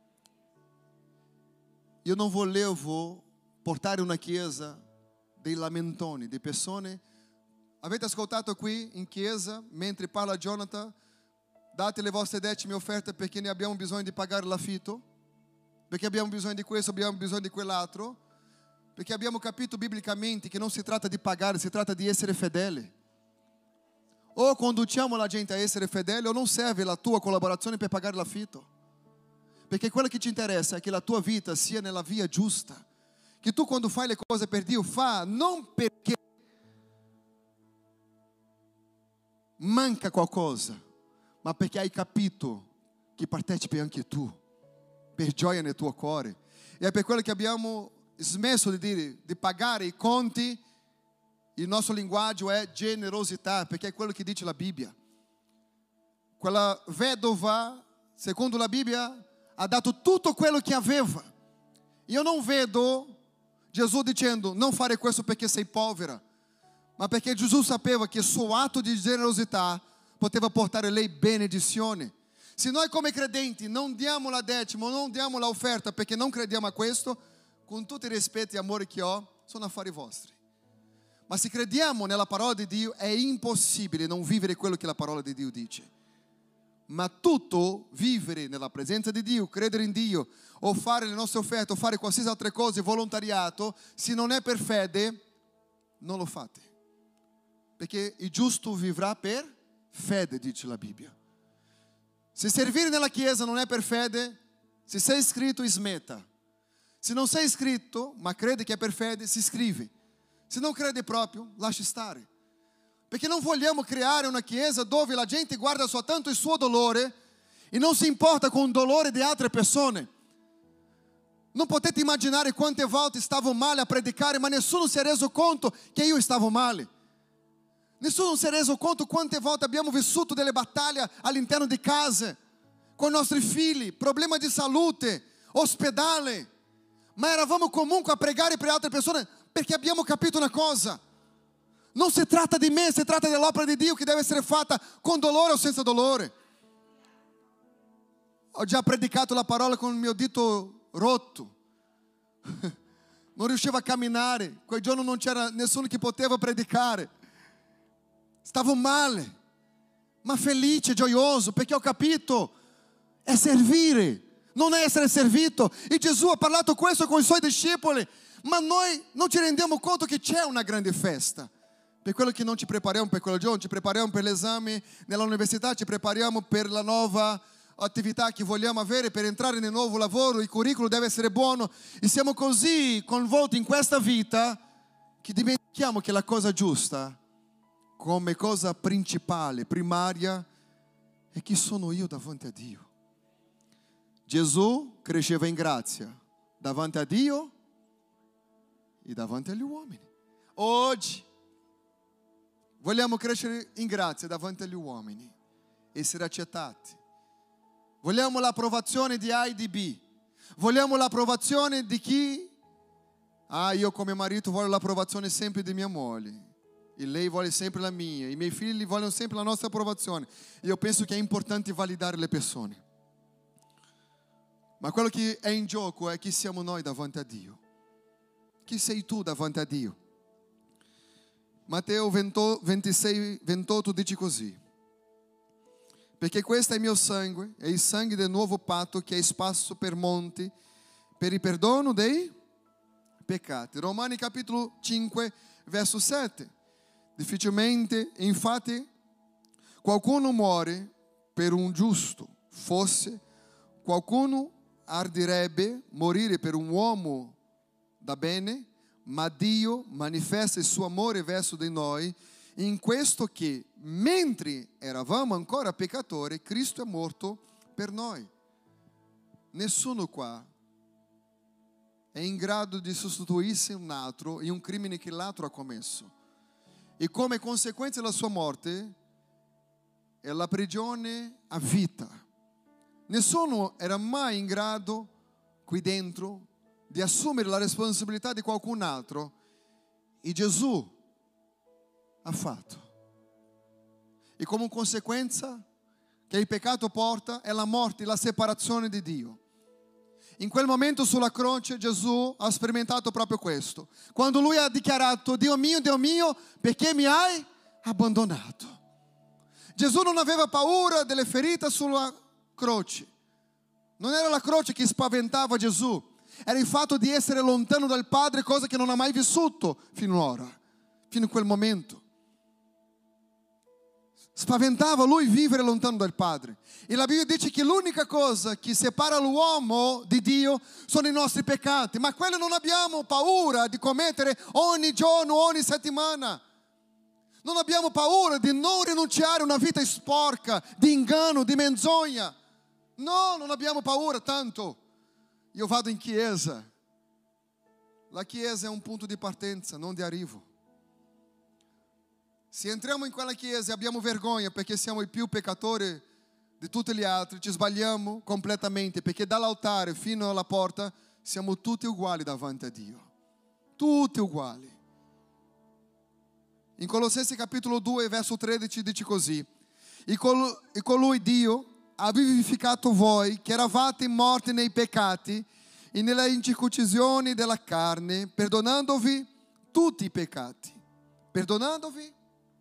Io non volevo portare una chiesa dei lamentoni, di persone. Avete ascoltato qui in chiesa, mentre parla Jonathan, date le vostre decime offerte perché ne abbiamo bisogno di pagare l'affitto, perché abbiamo bisogno di questo, abbiamo bisogno di quell'altro, perché abbiamo capito biblicamente che non si tratta di pagare, si tratta di essere fedeli. O conduciamo la gente a essere fedeli, o non serve la tua collaborazione per pagare l'affitto. Perché quello che ci interessa è che la tua vita sia nella via giusta. Che tu quando fai le cose per Dio, fa non perché manca qualcosa, ma perché hai capito che partecipi anche tu, per gioia nel tuo cuore. E è per quello che abbiamo smesso di dire, di pagare i conti. Il nostro linguaggio è generosità, perché è quello che dice la Bibbia. Quella vedova, secondo la Bibbia, ha dato tutto quello che aveva. Io non vedo Gesù dicendo: non fare questo perché sei povera, ma perché Gesù sapeva che il suo atto di generosità poteva portare lei benedizione. Se noi come credenti non diamo la decima, non diamo l'offerta perché non crediamo a questo, con tutto il rispetto e amore che ho, sono affari vostri. Ma se crediamo nella parola di Dio è impossibile non vivere quello che la parola di Dio dice. Ma tutto, vivere nella presenza di Dio, credere in Dio, o fare le nostre offerte, o fare qualsiasi altra cosa, volontariato, se non è per fede, non lo fate. Perché il giusto vivrà per fede, dice la Bibbia. Se servire nella chiesa non è per fede, se sei iscritto, smetta. Se non sei iscritto, ma crede che è per fede, si iscrive. Se non crede proprio, lascia stare. Perché non vogliamo creare una chiesa dove la gente guarda soltanto il suo dolore e non si importa con il dolore di altre persone. Non potete immaginare quante volte stavo male a predicare, ma nessuno si è reso conto che io stavo male. Nessuno si è reso conto quante volte abbiamo vissuto delle battaglie all'interno di case, con i nostri figli, problemi di salute, ospedale. Ma eravamo comunque a pregare per altre persone perché abbiamo capito una cosa. Non si tratta di me, si tratta dell'opera di Dio che deve essere fatta con dolore o senza dolore. Ho già predicato la parola con il mio dito rotto. Non riuscivo a camminare. Quel giorno non c'era nessuno che poteva predicare. Stavo male, ma felice, gioioso, perché ho capito. È servire, non è essere servito. E Gesù ha parlato questo con i suoi discepoli. Ma noi non ci rendiamo conto che c'è una grande festa. Per quello che non ci prepariamo per quel giorno, ci prepariamo per l'esame nell'università, ci prepariamo per la nuova attività che vogliamo avere, per entrare nel nuovo lavoro, il curriculum deve essere buono. E siamo così coinvolti in questa vita che dimentichiamo che la cosa giusta, come cosa principale, primaria, è chi sono io davanti a Dio. Gesù cresceva in grazia davanti a Dio e davanti agli uomini. Oggi vogliamo crescere in grazia davanti agli uomini, essere accettati. Vogliamo l'approvazione di A e di B. Vogliamo l'approvazione di chi? Ah, io come marito voglio l'approvazione sempre di mia moglie. E lei vuole sempre la mia. I miei figli vogliono sempre la nostra approvazione. Io penso che è importante validare le persone. Ma quello che è in gioco è chi siamo noi davanti a Dio. Chi sei tu davanti a Dio? Matteo ventisei, ventotto dice così: perché questo è il mio sangue, è il sangue del nuovo patto che è sparso per monti per il perdono dei peccati. Romani capitolo cinque verso sette: difficilmente infatti qualcuno muore per un giusto, forse qualcuno ardirebbe morire per un uomo da bene, ma Dio manifesta il suo amore verso di noi in questo che, mentre eravamo ancora peccatori, Cristo è morto per noi. Nessuno qua è in grado di sostituirsi un altro in un crimine che l'altro ha commesso. E come conseguenza della sua morte è la prigione a vita. Nessuno era mai in grado qui dentro di assumere la responsabilità di qualcun altro, e Gesù ha fatto. E come conseguenza che il peccato porta è la morte, la separazione di Dio. In quel momento sulla croce Gesù ha sperimentato proprio questo. Quando lui ha dichiarato: Dio mio, Dio mio, perché mi hai abbandonato? Gesù non aveva paura delle ferite sulla croce. Non era la croce che spaventava Gesù. Era il fatto di essere lontano dal Padre, cosa che non ha mai vissuto finora, fino a quel momento. Spaventava lui vivere lontano dal Padre. E la Bibbia dice che l'unica cosa che separa l'uomo di Dio sono i nostri peccati. Ma quelli non abbiamo paura di commettere ogni giorno, ogni settimana. Non abbiamo paura di non rinunciare a una vita sporca, di inganno, di menzogna. No, non abbiamo paura tanto. Io vado in chiesa. La chiesa è un punto di partenza, non di arrivo. Se entriamo in quella chiesa e abbiamo vergogna perché siamo i più peccatori di tutti gli altri, ci sbagliamo completamente, perché dall'altare fino alla porta siamo tutti uguali davanti a Dio. Tutti uguali. In Colossensi capitolo due verso tredici dice così: e colui Dio ha vivificato voi che eravate morti nei peccati e nella incirconcisione della carne, perdonandovi tutti i peccati. Perdonandovi,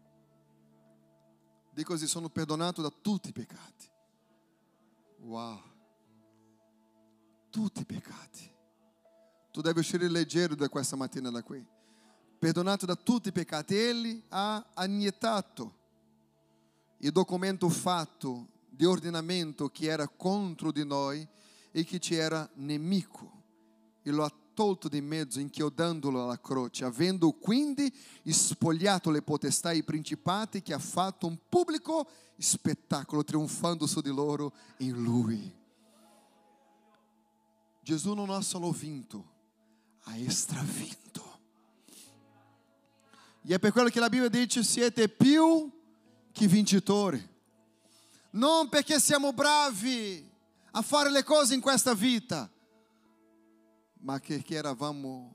dico così, sono perdonato da tutti i peccati. Wow. Tutti i peccati. Tu devi uscire leggero da questa mattina da qui. Perdonato da tutti i peccati. Egli ha annientato il documento fatto di ordinamento che era contro di noi e che ci era nemico, e lo ha tolto di mezzo inchiodandolo alla croce, avendo quindi spogliato le potestà e i principati, che ha fatto un pubblico spettacolo, trionfando su di loro in Lui. Gesù non ha solo vinto, ha stravinto. E è per quello che la Bibbia dice: siete più che vincitori. Non perché siamo bravi a fare le cose in questa vita, ma perché eravamo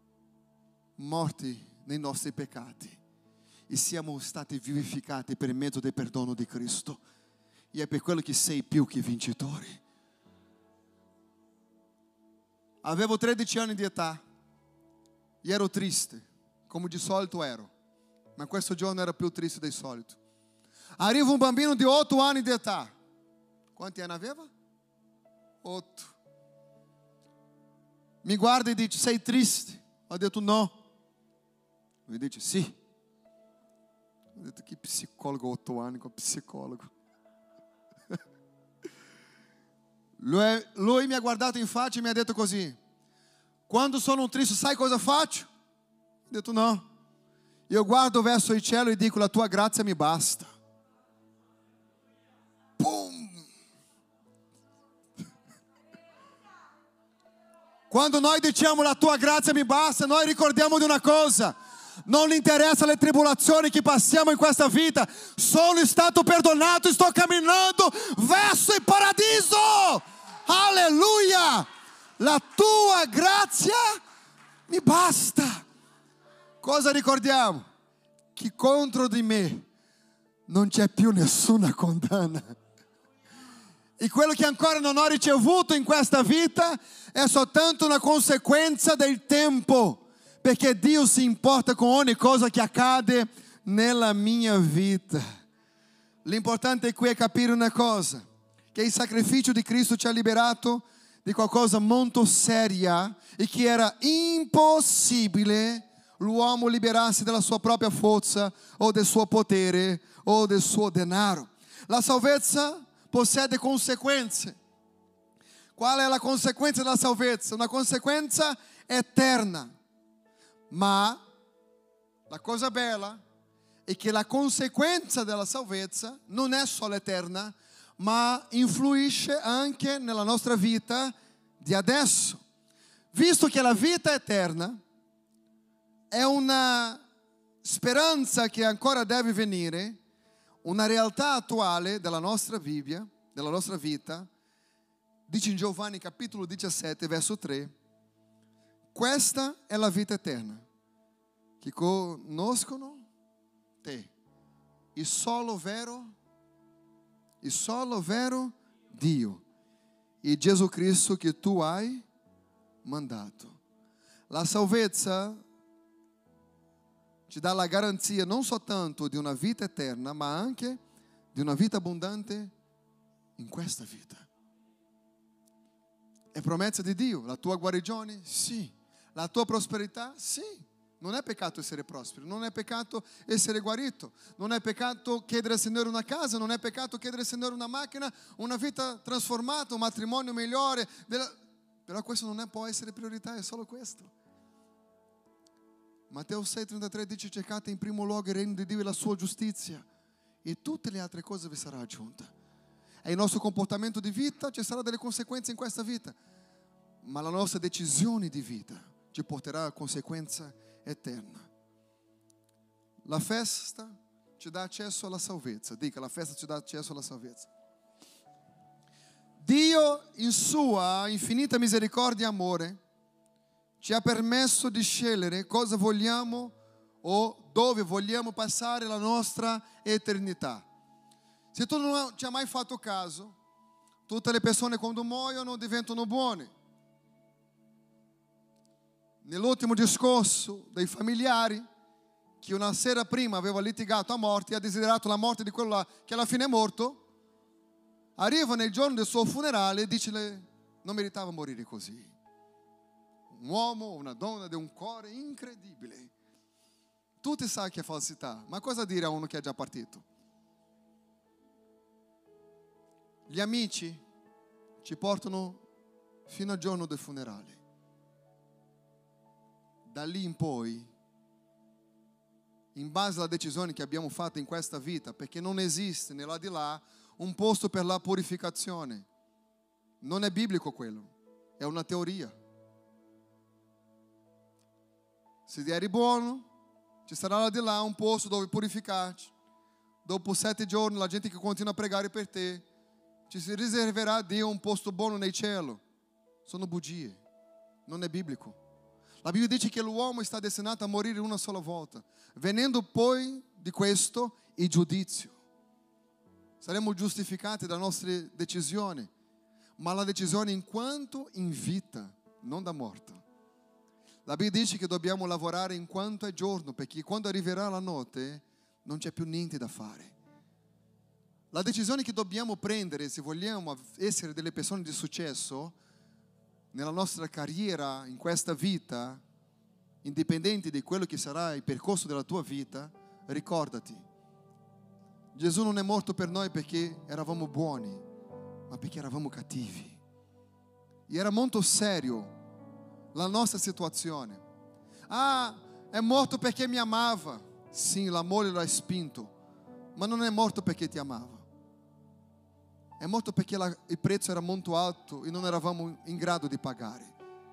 morti nei nostri peccati e siamo stati vivificati per mezzo del perdono di Cristo. E è per quello che sei più che vincitori. Avevo tredici anni di età e ero triste, come di solito ero, ma questo giorno era più triste del solito. Arriva un bambino di otto anni di età. Quanti anni aveva? Otto. Mi guarda e dice: sei triste? Ho detto no. Lui dice sì. Ho detto: che psicologo, otto anni con psicologo. Lui, lui mi ha guardato in faccia e mi ha detto così: quando sono triste sai cosa faccio? Ho detto no. Io guardo verso il cielo e dico: la tua grazia mi basta. Pum! Quando noi diciamo la tua grazia mi basta, noi ricordiamo di una cosa: non interessa le tribolazioni che passiamo in questa vita, sono stato perdonato e sto camminando verso il paradiso. Alleluia! La tua grazia mi basta. Cosa ricordiamo? Che contro di me non c'è più nessuna condanna. E quello che ancora non ho ricevuto in questa vita è soltanto una conseguenza del tempo, perché Dio si importa con ogni cosa che accade nella mia vita. L'importante qui è capire una cosa, che il sacrificio di Cristo ci ha liberato di qualcosa molto seria e che era impossibile l'uomo liberarsi dalla sua propria forza o del suo potere o del suo denaro. La salvezza possiede conseguenze. Qual è la conseguenza della salvezza? Una conseguenza eterna. Ma la cosa bella è che la conseguenza della salvezza non è solo eterna, ma influisce anche nella nostra vita di adesso. Visto che la vita eterna è una speranza che ancora deve venire, una realtà attuale della nostra Bibbia, della nostra vita, dice in Giovanni capitolo diciassette, verso tre: questa è la vita eterna, che conoscono te, il solo vero, il solo vero Dio, e Gesù Cristo che tu hai mandato. La salvezza ci dà la garanzia non soltanto di una vita eterna, ma anche di una vita abbondante in questa vita. È promessa di Dio. La tua guarigione? Sì. La tua prosperità? Sì. Non è peccato essere prospero, non è peccato essere guarito, non è peccato chiedere al Signore una casa, non è peccato chiedere al Signore una macchina, una vita trasformata, un matrimonio migliore. Della... Però questo non è, può essere priorità, è solo questo. Matteo sei trentatré dice: cercate in primo luogo il regno di Dio e la sua giustizia, e tutte le altre cose vi sarà aggiunta. E il nostro comportamento di vita ci saranno delle conseguenze in questa vita, ma la nostra decisione di vita ci porterà a conseguenza eterna. La festa ci dà accesso alla salvezza. Dica: la festa ci dà accesso alla salvezza. Dio, in sua infinita misericordia e amore, ci ha permesso di scegliere cosa vogliamo o dove vogliamo passare la nostra eternità. Se tu non ci hai mai fatto caso, tutte le persone quando muoiono diventano buone. Nell'ultimo discorso dei familiari che una sera prima aveva litigato a morte e ha desiderato la morte di quello là, che alla fine è morto, arriva nel giorno del suo funerale e dice: non meritava morire così. Un uomo, una donna di un cuore incredibile. Tutti sanno che è falsità, ma cosa dire a uno che è già partito? Gli amici ci portano fino al giorno del funerale. Da lì in poi, in base alla decisione che abbiamo fatto in questa vita, perché non esiste nell'aldilà un posto per la purificazione. Non è biblico quello, è una teoria. Se eri buono, ci sarà l'aldilà un posto dove purificarti. Dopo sette giorni la gente che continua a pregare per te, ci si riserverà a Dio un posto buono nel cielo. Sono bugie, non è biblico. La Bibbia dice che l'uomo sta destinato a morire una sola volta, venendo poi di questo il giudizio. Saremo giustificati dalle nostre decisioni, ma la decisione in quanto in vita, non da morte. La Bibbia dice che dobbiamo lavorare in quanto è giorno, perché quando arriverà la notte non c'è più niente da fare. La decisione che dobbiamo prendere se vogliamo essere delle persone di successo nella nostra carriera, in questa vita, indipendente di quello che sarà il percorso della tua vita, ricordati, Gesù non è morto per noi perché eravamo buoni, ma perché eravamo cattivi. E era molto serio la nostra situazione. Ah, è morto perché mi amava. Sì, l'amore l'ha spinto, ma non è morto perché ti amava. È morto perché la, il prezzo era molto alto e non eravamo in grado di pagare.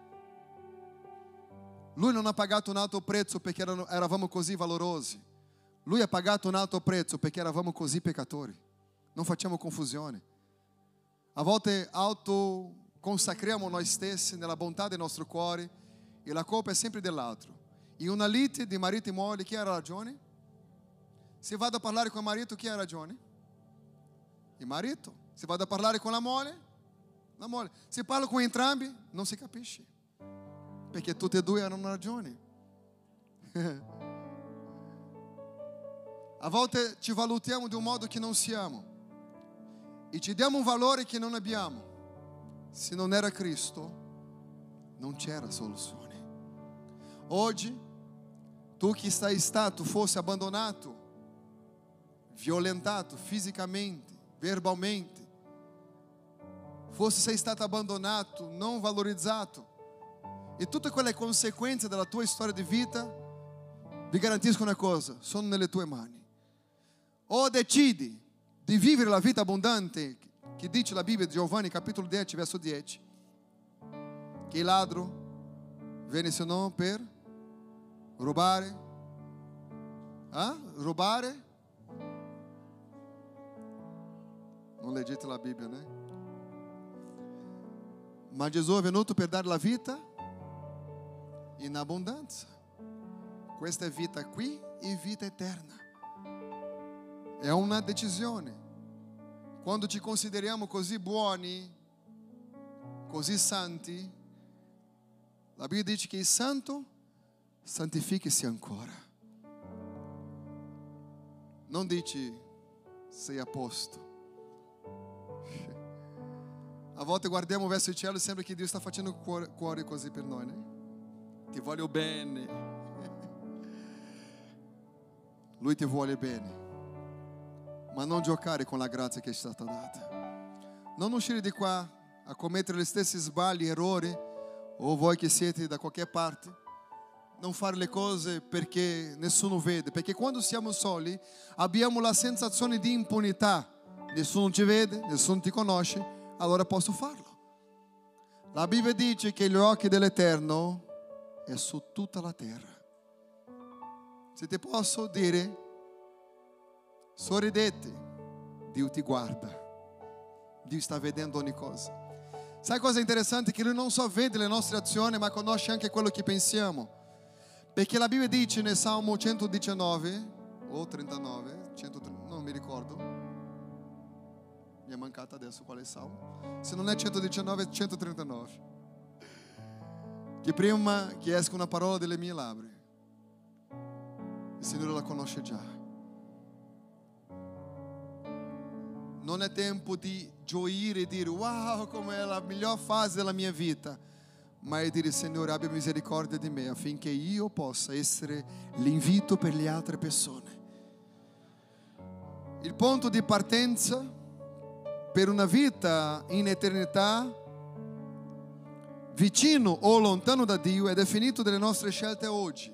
Lui non ha pagato un alto prezzo perché erano, eravamo così valorosi. Lui ha pagato un alto prezzo perché eravamo così peccatori. Non facciamo confusione. A volte autoconsacriamo noi stessi nella bontà del nostro cuore e la colpa è sempre dell'altro. In una lite di marito e moglie, chi ha ragione? Se vado a parlare con il marito, chi ha ragione? Il marito. Se vado a parlare con la moglie, la moglie. Se parlo con entrambi, non si capisce. Perché tutti e due hanno ragione. A volte ci valutiamo di un modo che non siamo e ci diamo un valore che non abbiamo. Se non era Cristo, non c'era soluzione. Oggi, tu che sei stato, fosse abbandonato, violentato fisicamente, verbalmente, fosse sei stato abbandonato, non valorizzato, e tutte quelle conseguenze della tua storia di vita, vi garantisco una cosa, sono nelle tue mani. O decidi di vivere la vita abbondante che dice la Bibbia di Giovanni capitolo dieci verso dieci, che il ladro viene se non per rubare, eh? rubare, non leggete la Bibbia, né? Ma Gesù è venuto per dare la vita in abbondanza. Questa è vita qui e vita eterna. È una decisione. Quando ci consideriamo così buoni, così santi, la Bibbia dice che il santo santifichi-si ancora. Non dici sei a posto. A volte guardiamo verso il cielo e sembra che Dio sta facendo cuore, cuore così per noi, né? Ti voglio bene. Lui ti vuole bene. Ma non giocare con la grazia che è stata data. Non uscire di qua a commettere gli stessi sbagli, errori, o voi che siete da qualche parte, non fare le cose perché nessuno vede, perché quando siamo soli abbiamo la sensazione di impunità. Nessuno ci vede, nessuno ti conosce, allora posso farlo. La Bibbia dice che gli occhi dell'Eterno è su tutta la terra. Se ti posso dire, sorridete, Dio ti guarda, Dio sta vedendo ogni cosa. Sai cosa interessante? Che Lui non solo vede le nostre azioni, ma conosce anche quello che pensiamo. Perché la Bibbia dice nel Salmo centodiciannove o trentanove, centotrenta, non mi ricordo, mi è mancata adesso qual è il Salmo. Se non è centodiciannove è centotrentanove. Che prima che esca una parola delle mie labbra, il Signore la conosce già. Non è tempo di gioire e dire wow, come è la miglior fase della mia vita, ma è dire Signore abbia misericordia di me affinché io possa essere l'invito per le altre persone. Il punto di partenza per una vita in eternità, vicino o lontano da Dio, è definito dalle nostre scelte oggi.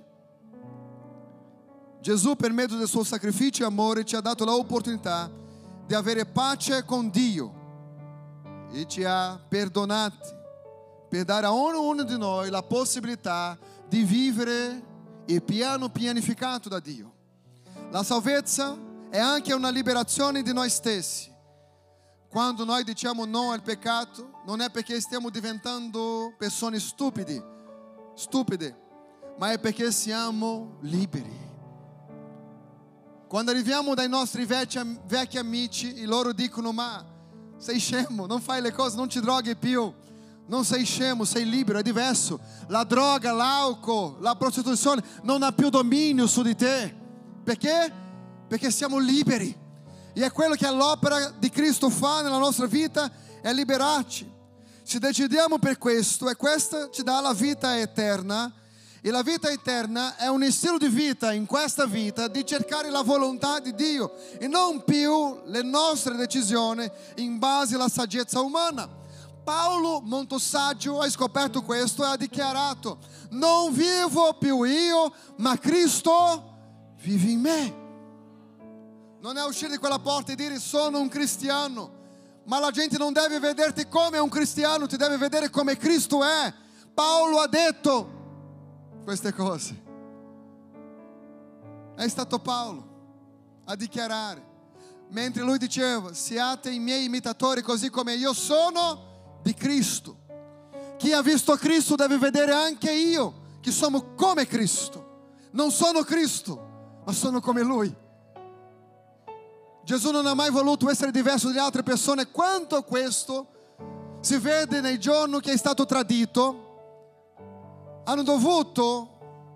Gesù, per mezzo del suo sacrificio e amore, ci ha dato l'opportunità di avere pace con Dio e ci ha perdonati per dare a ognuno di noi la possibilità di vivere il piano pianificato da Dio. La salvezza è anche una liberazione di noi stessi. Quando noi diciamo no al peccato, non è perché stiamo diventando persone stupidi, stupide, ma è perché siamo liberi. Quando arriviamo dai nostri vecchi, vecchi amici, e loro dicono ma sei scemo, non fai le cose, non ti droghi più, non sei scemo, sei libero, è diverso. La droga, l'alcol, la prostituzione non ha più dominio su di te. Perché? Perché siamo liberi. E è quello che l'opera di Cristo fa nella nostra vita, è liberarci. Ci decidiamo per questo e questo ci dà la vita eterna. E la vita eterna è un stile di vita in questa vita di cercare la volontà di Dio e non più le nostre decisioni in base alla saggezza umana. Paolo, molto saggio, ha scoperto questo e ha dichiarato: non vivo più io, ma Cristo vive in me. Non è uscire di quella porta e dire sono un cristiano, ma la gente non deve vederti come un cristiano, ti deve vedere come Cristo è. Paolo ha detto queste cose. È stato Paolo a dichiarare, mentre lui diceva siate i miei imitatori così come io sono di Cristo. Chi ha visto Cristo deve vedere anche io che sono come Cristo. Non sono Cristo, ma sono come Lui. Gesù non ha mai voluto essere diverso dalle altre persone. Quanto questo si vede nei giorni che è stato tradito. Hanno dovuto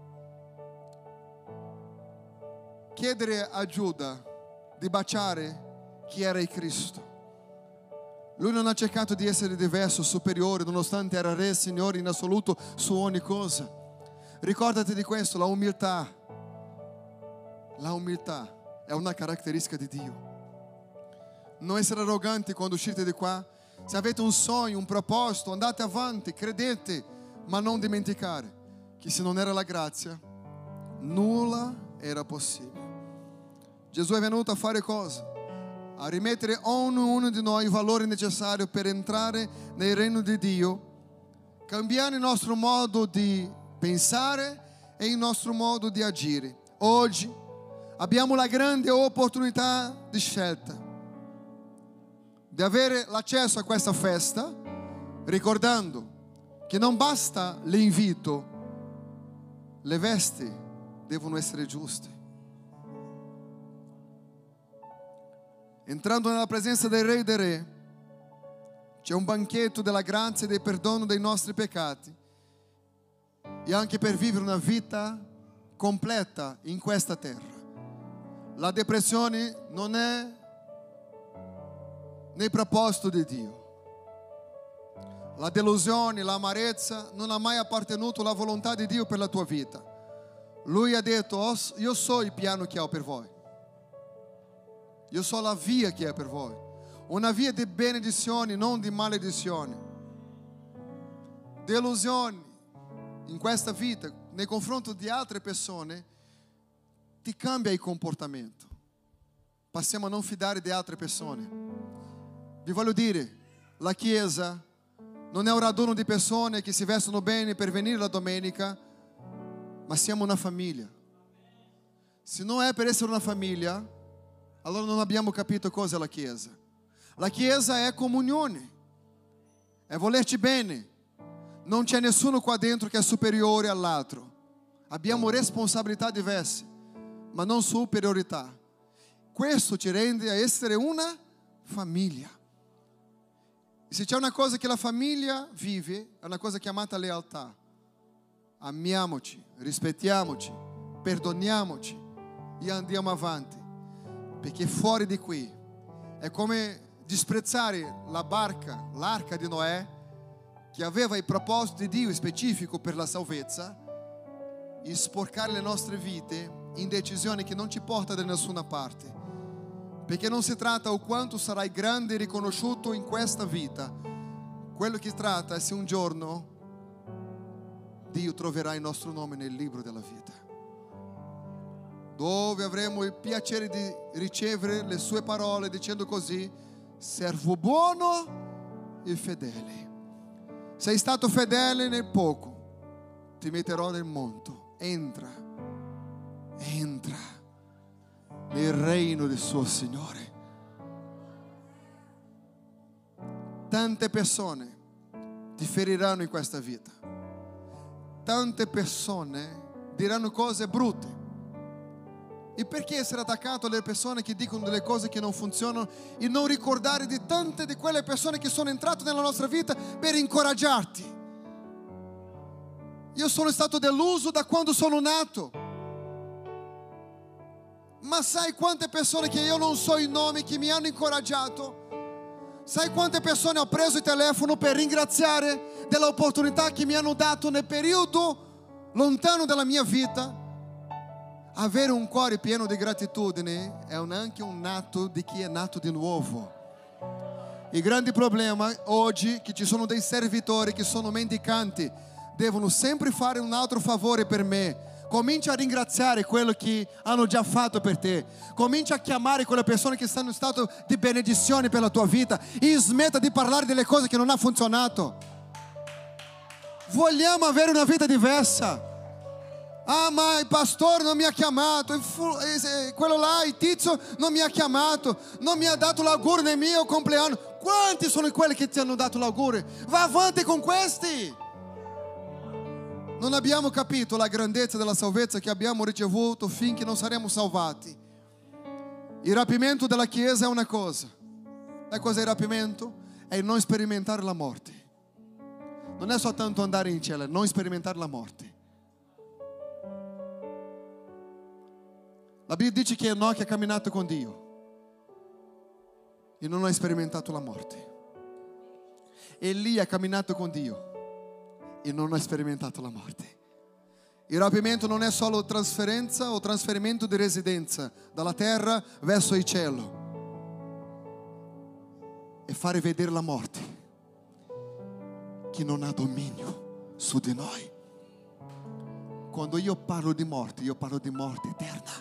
chiedere a Giuda di baciare chi era il Cristo. Lui non ha cercato di essere diverso, superiore, nonostante era re, Signore in assoluto su ogni cosa. Ricordati di questo, la umiltà. La umiltà è una caratteristica di Dio. Non essere arroganti quando uscite di qua. Se avete un sogno, un proposito, andate avanti, credete. Ma non dimenticare che se non era la grazia, nulla era possibile. Gesù è venuto a fare cosa? A rimettere a ognuno di noi il valore necessario per entrare nel regno di Dio, cambiare il nostro modo di pensare e il nostro modo di agire. Oggi abbiamo la grande opportunità di scelta, di avere l'accesso a questa festa, ricordando che non basta l'invito, le vesti devono essere giuste. Entrando nella presenza del Re dei Re, c'è un banchetto della grazia e del perdono dei nostri peccati e anche per vivere una vita completa in questa terra. La depressione non è nel proposito di Dio. La delusione, l'amarezza non ha mai appartenuto alla volontà di Dio per la tua vita. Lui ha detto, oh, io so il piano che ho per voi. Io so la via che è per voi. Una via di benedizione, non di maledizione. Delusioni in questa vita, nei confronti di altre persone, ti cambia il comportamento. Passiamo a non fidare di altre persone. Vi voglio dire, la Chiesa non è un raduno di persone che si vestono bene per venire la domenica, ma siamo una famiglia. Se non è per essere una famiglia, allora non abbiamo capito cosa è la Chiesa. La Chiesa è comunione, è volerci bene. Non c'è nessuno qua dentro che è superiore all'altro. Abbiamo responsabilità diverse, ma non superiorità. Questo ci rende a essere una famiglia. E se c'è una cosa che la famiglia vive, è una cosa chiamata lealtà. Amiamoci, rispettiamoci, perdoniamoci, e andiamo avanti, perché fuori di qui è come disprezzare la barca, l'arca di Noè, che aveva il proposito di Dio specifico per la salvezza, e sporcare le nostre vite in decisioni che non ci portano da nessuna parte, perché non si tratta o quanto sarai grande e riconosciuto in questa vita. Quello che tratta è se un giorno Dio troverà il nostro nome nel libro della vita, dove avremo il piacere di ricevere le sue parole dicendo così: servo buono e fedele, sei stato fedele nel poco, ti metterò nel monte. Entra, entra nel regno del suo Signore. Tante persone ti feriranno in questa vita, tante persone diranno cose brutte. E perché essere attaccato alle persone che dicono delle cose che non funzionano e non ricordare di tante di quelle persone che sono entrate nella nostra vita per incoraggiarti? Io sono stato deluso da quando sono nato, ma sai quante persone che io non so i nomi che mi hanno incoraggiato? Sai quante persone ho preso il telefono per ringraziare dell'opportunità che mi hanno dato nel periodo lontano dalla mia vita? Avere un cuore pieno di gratitudine è un, anche un atto di chi è nato di nuovo. Il grande problema oggi è che ci sono dei servitori che sono mendicanti, devono sempre fare un altro favore per me. Comincia a ringraziare quello che hanno già fatto per te. Comincia a chiamare quelle persone che stanno in stato di benedizione per la tua vita e smetta di parlare delle cose che non hanno funzionato. Vogliamo avere una vita diversa. Ah, ma il pastore non mi ha chiamato, quello là, il tizio non mi ha chiamato, non mi ha dato l'augurio nel mio compleanno. Quanti sono quelli che ti hanno dato l'augurio? Va avanti con questi. Non abbiamo capito la grandezza della salvezza che abbiamo ricevuto finché non saremo salvati. Il rapimento della Chiesa è una cosa. Sai cos'è il rapimento? È il non sperimentare la morte. Non è soltanto andare in cielo, è non sperimentare la morte. La Bibbia dice che Enoch ha camminato con Dio e non ha sperimentato la morte. Elia ha camminato con Dio e non ha sperimentato la morte. Il rapimento non è solo trasferenza o trasferimento di residenza dalla terra verso il cielo, è fare vedere la morte che non ha dominio su di noi. Quando io parlo di morte, io parlo di morte eterna.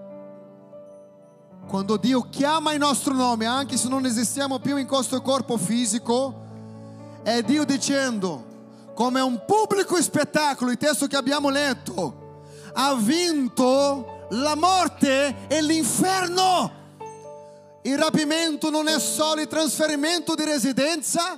Quando Dio chiama il nostro nome, anche se non esistiamo più in questo corpo fisico, è Dio dicendo, come un pubblico spettacolo, il testo che abbiamo letto, ha vinto la morte e l'inferno. Il rapimento non è solo il trasferimento di residenza,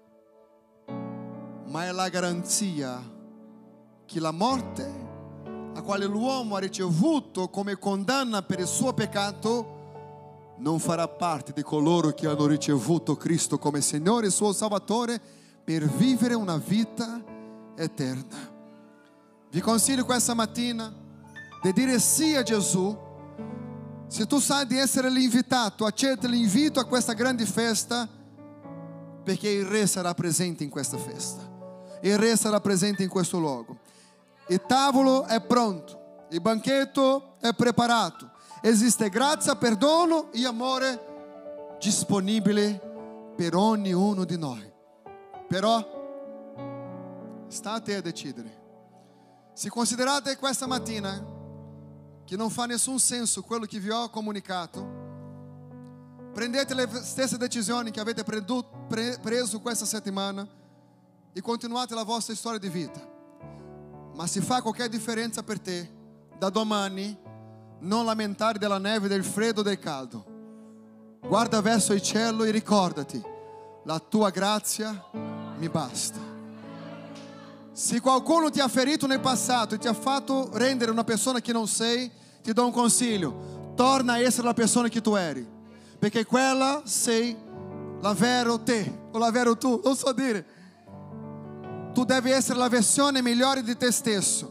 ma è la garanzia che la morte, a quale l'uomo ha ricevuto come condanna per il suo peccato, non farà parte di coloro che hanno ricevuto Cristo come Signore e suo Salvatore per vivere una vita eterna. Vi consiglio questa mattina di dire sì a Gesù. Se tu sai di essere l'invitato, accetta l'invito a questa grande festa, perché il Re sarà presente in questa festa. Il Re sarà presente in questo luogo. Il tavolo è pronto, il banchetto è preparato. Esiste grazia, perdono e amore disponibile per ognuno di noi. Però sta a te a decidere. Se considerate questa mattina che non fa nessun senso quello che vi ho comunicato, prendete le stesse decisioni che avete preso questa settimana e continuate la vostra storia di vita. Ma se fa qualche differenza per te, da domani non lamentare della neve, del freddo, del caldo. Guarda verso il cielo e ricordati, la tua grazia mi basta. Se qualcuno ti ha ferito nel passato e ti ha fatto rendere una persona che non sei, ti do un consiglio: torna a essere la persona che tu eri, perché quella sei la vero te, o la vero tu, non so dire. Tu devi essere la versione migliore di te stesso.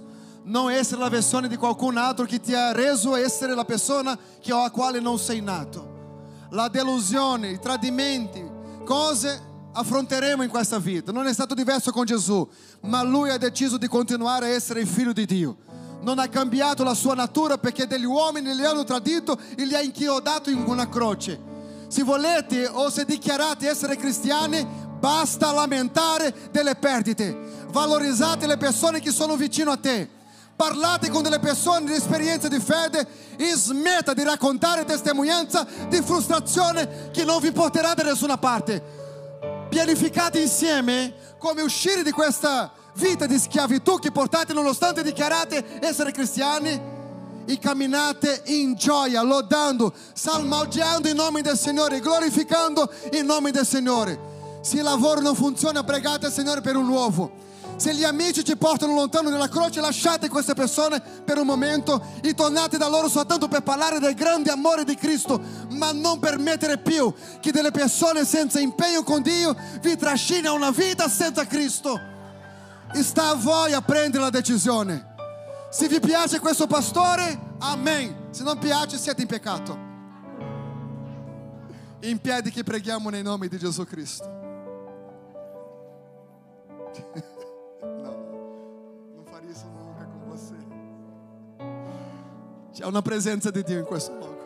non essere la versione di qualcun altro che ti ha reso essere la persona che a quale non sei nato. La delusione, i tradimenti, cose affronteremo in questa vita. Non è stato diverso con Gesù, ma lui ha deciso di continuare a essere il figlio di Dio. Non ha cambiato la sua natura perché degli uomini li hanno tradito e li ha inchiodato in una croce. Se volete o se dichiarate essere cristiani, basta lamentare delle perdite. Valorizzate le persone che sono vicino a te. Parlate con delle persone di esperienza di fede e smetta di raccontare testimonianza di frustrazione che non vi porterà da nessuna parte. Pianificate insieme come uscire di questa vita di schiavitù che portate nonostante dichiarate essere cristiani, e camminate in gioia, lodando, salmodiando in nome del Signore, glorificando il nome del Signore. Se il lavoro non funziona, pregate al Signore per un nuovo. Se gli amici ci portano lontano dalla croce, lasciate queste persone per un momento e tornate da loro soltanto per parlare del grande amore di Cristo, ma non permettere più che delle persone senza impegno con Dio vi trascinino una vita senza Cristo. E sta a voi a prendere la decisione. Se vi piace questo pastore, amen. Se non piace, siete in peccato. In piedi che preghiamo nel nome di Gesù Cristo. No, non fare isso nunca con você. C'è una presenza di Dio in questo luogo.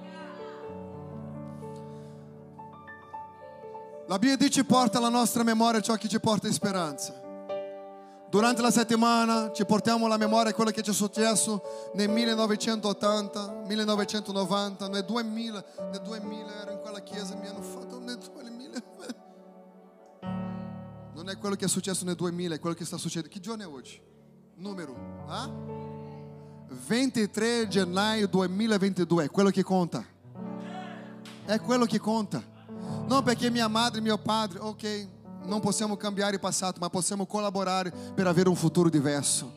La Bibbia dice: porta alla nostra memoria ciò che ci porta speranza. Durante la settimana ci portiamo alla memoria quello che ci è successo nel millenovecentottanta, millenovecentonovanta, nel duemila, nel duemila ero in quella chiesa, mi hanno fatto nel duemila. Non è quello che è successo nel duemila, è quello che sta succedendo. Che giorno è oggi? Numero? Ah? ventitré gennaio duemilaventidue, è quello che conta. È quello che conta. Non perché mia madre e mio padre, ok, non possiamo cambiare il passato, ma possiamo collaborare per avere un futuro diverso.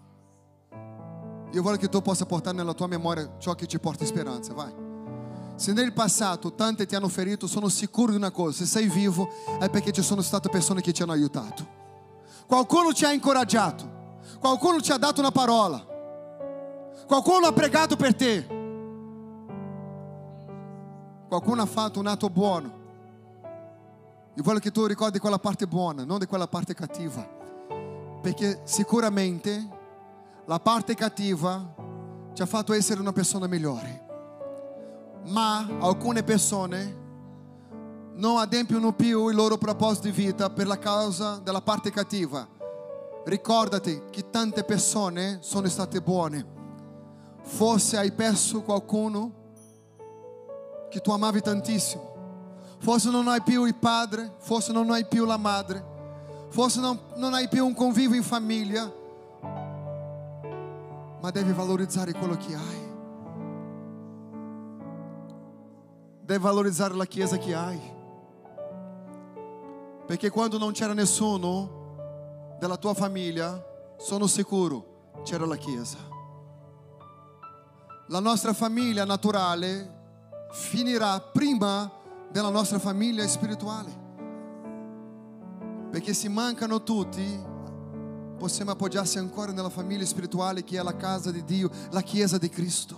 Io voglio che tu possa portare nella tua memoria ciò che ti porta speranza, vai. Se nel passato tanti ti hanno ferito, sono sicuro di una cosa: se sei vivo è perché ci sono state persone che ti hanno aiutato. Qualcuno ti ha incoraggiato, qualcuno ti ha dato una parola, qualcuno ha pregato per te, qualcuno ha fatto un atto buono. Io voglio che tu ricordi quella parte buona, non di quella parte cattiva, perché sicuramente la parte cattiva ti ha fatto essere una persona migliore. Ma alcune persone non adempiono più il loro proposito di vita per la causa della parte cattiva. Ricordati che tante persone sono state buone. Forse hai perso qualcuno che tu amavi tantissimo. Forse non hai più il padre, forse non hai più la madre, forse non, non hai più un convivio in famiglia, ma devi valorizzare quello che hai. Devi valorizzare la chiesa che hai, perché quando non c'era nessuno della tua famiglia, sono sicuro c'era la chiesa. La nostra famiglia naturale finirà prima della nostra famiglia spirituale, perché se mancano tutti possiamo appoggiarsi ancora nella famiglia spirituale che è la casa di Dio, la chiesa di Cristo.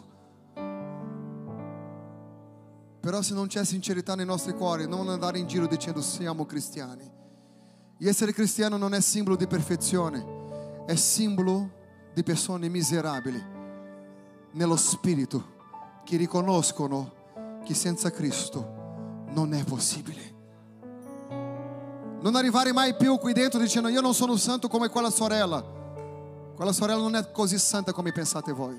Però se non c'è sincerità nei nostri cuori, non andare in giro dicendo siamo cristiani. E essere cristiano non è simbolo di perfezione, è simbolo di persone miserabili nello spirito, che riconoscono che senza Cristo non è possibile. Non arrivare mai più qui dentro dicendo io non sono santo come quella sorella. Quella sorella non è così santa come pensate voi.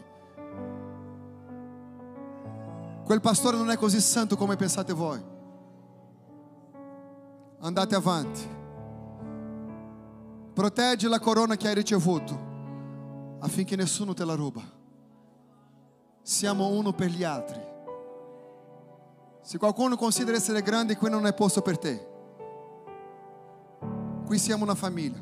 Quel pastore non è così santo come pensate voi. Andate avanti. Proteggi la corona che hai ricevuto affinché nessuno te la ruba. Siamo uno per gli altri. Se qualcuno considera essere grande, qui non è posto per te. Qui siamo una famiglia.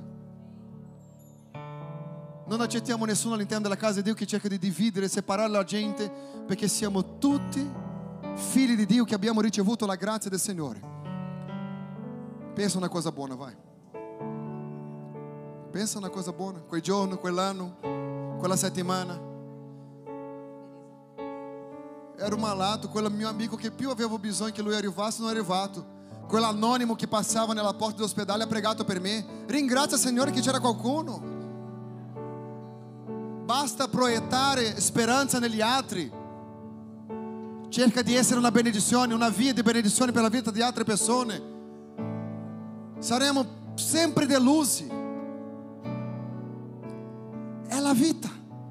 Non accettiamo nessuno all'interno della casa di Dio che cerca di dividere e separare la gente, perché siamo tutti figli di Dio che abbiamo ricevuto la grazia del Signore. Pensa una cosa buona, vai. Pensa una cosa buona. Quel giorno, quell'anno quella settimana. Era un malato, quel mio amico che più avevo bisogno che lui arrivasse non è arrivato. Quell'anonimo che passava nella porta dell'ospedale ha pregato per me. Ringrazia Signore che c'era qualcuno. Basta proiettare speranza negli altri. Cerca di essere una benedizione, una via di benedizione per la vita di altre persone. Saremo sempre delusi. È la vita.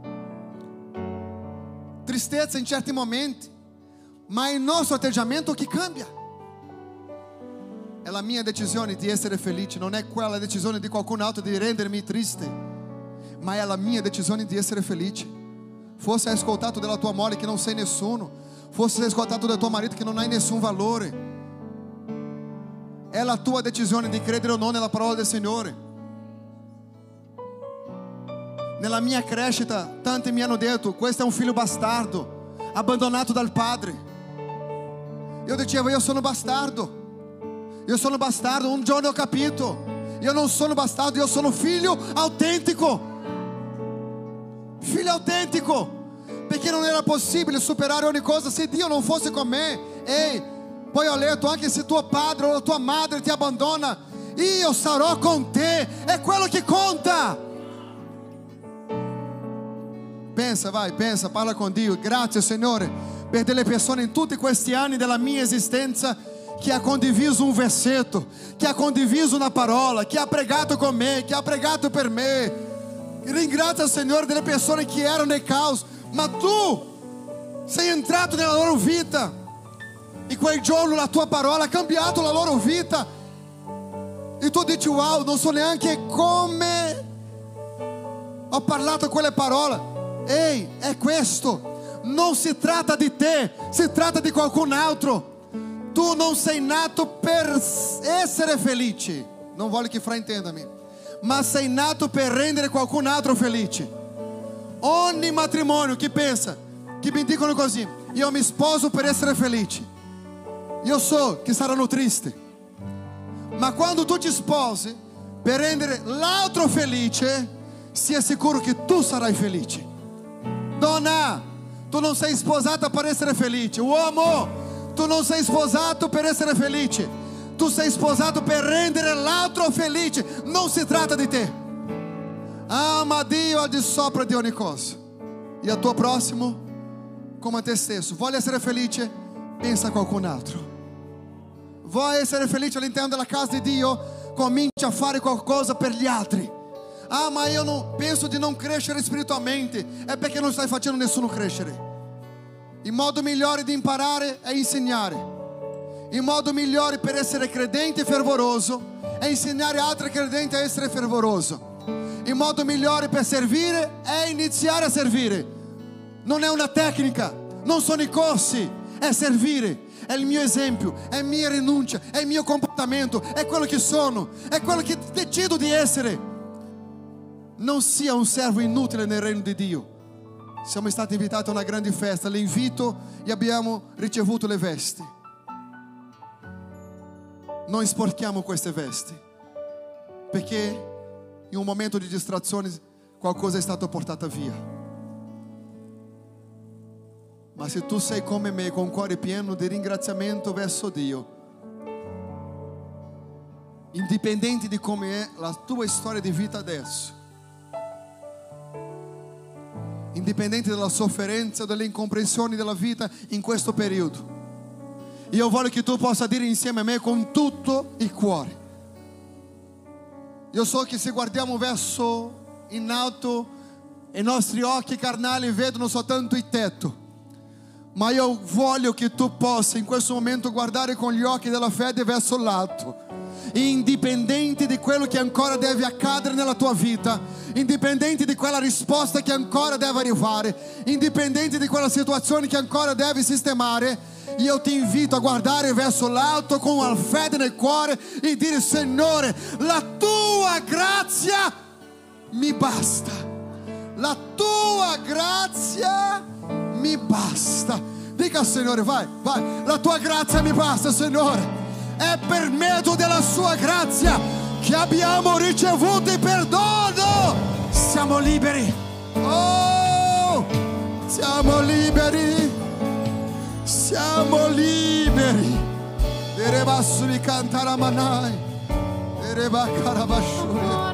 Tristezza in certi momenti, ma è il nostro atteggiamento che cambia. È la mia decisione di essere felice, non è quella decisione di qualcun altro di rendermi triste, ma è la mia decisione di essere felice. Forse hai ascoltato della tua moglie che non sei nessuno, forse hai ascoltato del tuo marito che non hai nessun valore. È la tua decisione di credere o no nella parola del Signore. Nella mia crescita tanti mi hanno detto: questo è un figlio bastardo, abbandonato dal padre. Io dicevo: io sono bastardo. Io sono bastardo, un giorno ho capito. Io non sono bastardo, io sono figlio autentico. Figlio autentico. Perché non era possibile superare ogni cosa se Dio non fosse con me. Ehi, poi ho letto: anche se tuo padre o tua madre ti abbandona, io sarò con te. È quello che conta. Pensa, vai, pensa, parla con Dio. Grazie Signore per delle persone in tutti questi anni della mia esistenza che ha condiviso un versetto, che ha condiviso una parola, che ha pregato con me, che ha pregato per me. Ringrazia Signore delle persone che erano nel caos, ma tu sei entrato nella loro vita e quel giorno la tua parola ha cambiato la loro vita e tu dici: wow, non so neanche come ho parlato quelle parole. Ehi, è questo. Non si tratta di te, si tratta di qualcun altro. Tu non sei nato per essere felice, non voglio che fraintendami, ma sei nato per rendere qualcun altro felice. Ogni matrimonio che pensa, che mi dicono così: io mi sposo per essere felice, io so che saranno tristi. Ma quando tu ti sposi per rendere l'altro felice, sia sicuro che tu sarai felice. Donna, tu non sei sposata per essere felice. Uomo, tu non sei sposato per essere felice. Tu sei sposato per rendere l'altro felice. Non si tratta di te. Ama Dio al di sopra di ogni cosa e al tuo prossimo come a te stesso. Vuoi essere felice? Pensa a qualcun altro. Vuoi essere felice all'interno della casa di Dio? Comincia a fare qualcosa per gli altri. Ah, ma io non, penso di non crescere spiritualmente. È perché non stai facendo nessuno crescere. Il modo migliore di imparare è insegnare. Il modo migliore per essere credente e fervoroso è insegnare a altri credenti a essere fervoroso. Il modo migliore per servire è iniziare a servire. Non è una tecnica, non sono i corsi, è servire. È il mio esempio, è mia rinuncia, è il mio comportamento, è quello che sono, è quello che decido di essere. Non sia un servo inutile nel regno di Dio. Siamo stati invitati a una grande festa, l'invito, e abbiamo ricevuto le vesti. Non sporchiamo queste vesti, perché in un momento di distrazione qualcosa è stato portato via. Ma se tu sei come me, con un cuore pieno di ringraziamento verso Dio, indipendente di come è la tua storia di vita adesso, indipendente dalla sofferenza, dalle incomprensioni della vita in questo periodo, io voglio che tu possa dire insieme a me con tutto il cuore. Io so che se guardiamo verso in alto, i nostri occhi carnali vedono soltanto il tetto. Ma io voglio che tu possa in questo momento guardare con gli occhi della fede verso l'alto. Indipendente di quello che ancora deve accadere nella tua vita, indipendente di quella risposta che ancora deve arrivare, indipendente di quella situazione che ancora devi sistemare, io ti invito a guardare verso l'alto con la fede nel cuore e dire: Signore, la tua grazia mi basta, la tua grazia mi basta. Dica al Signore, vai, vai, la tua grazia mi basta, Signore. È per mezzo della sua grazia che abbiamo ricevuto il perdono. Siamo liberi, Oh, siamo liberi, siamo liberi. Dereva suri cantara manai, dereva carabasciuri.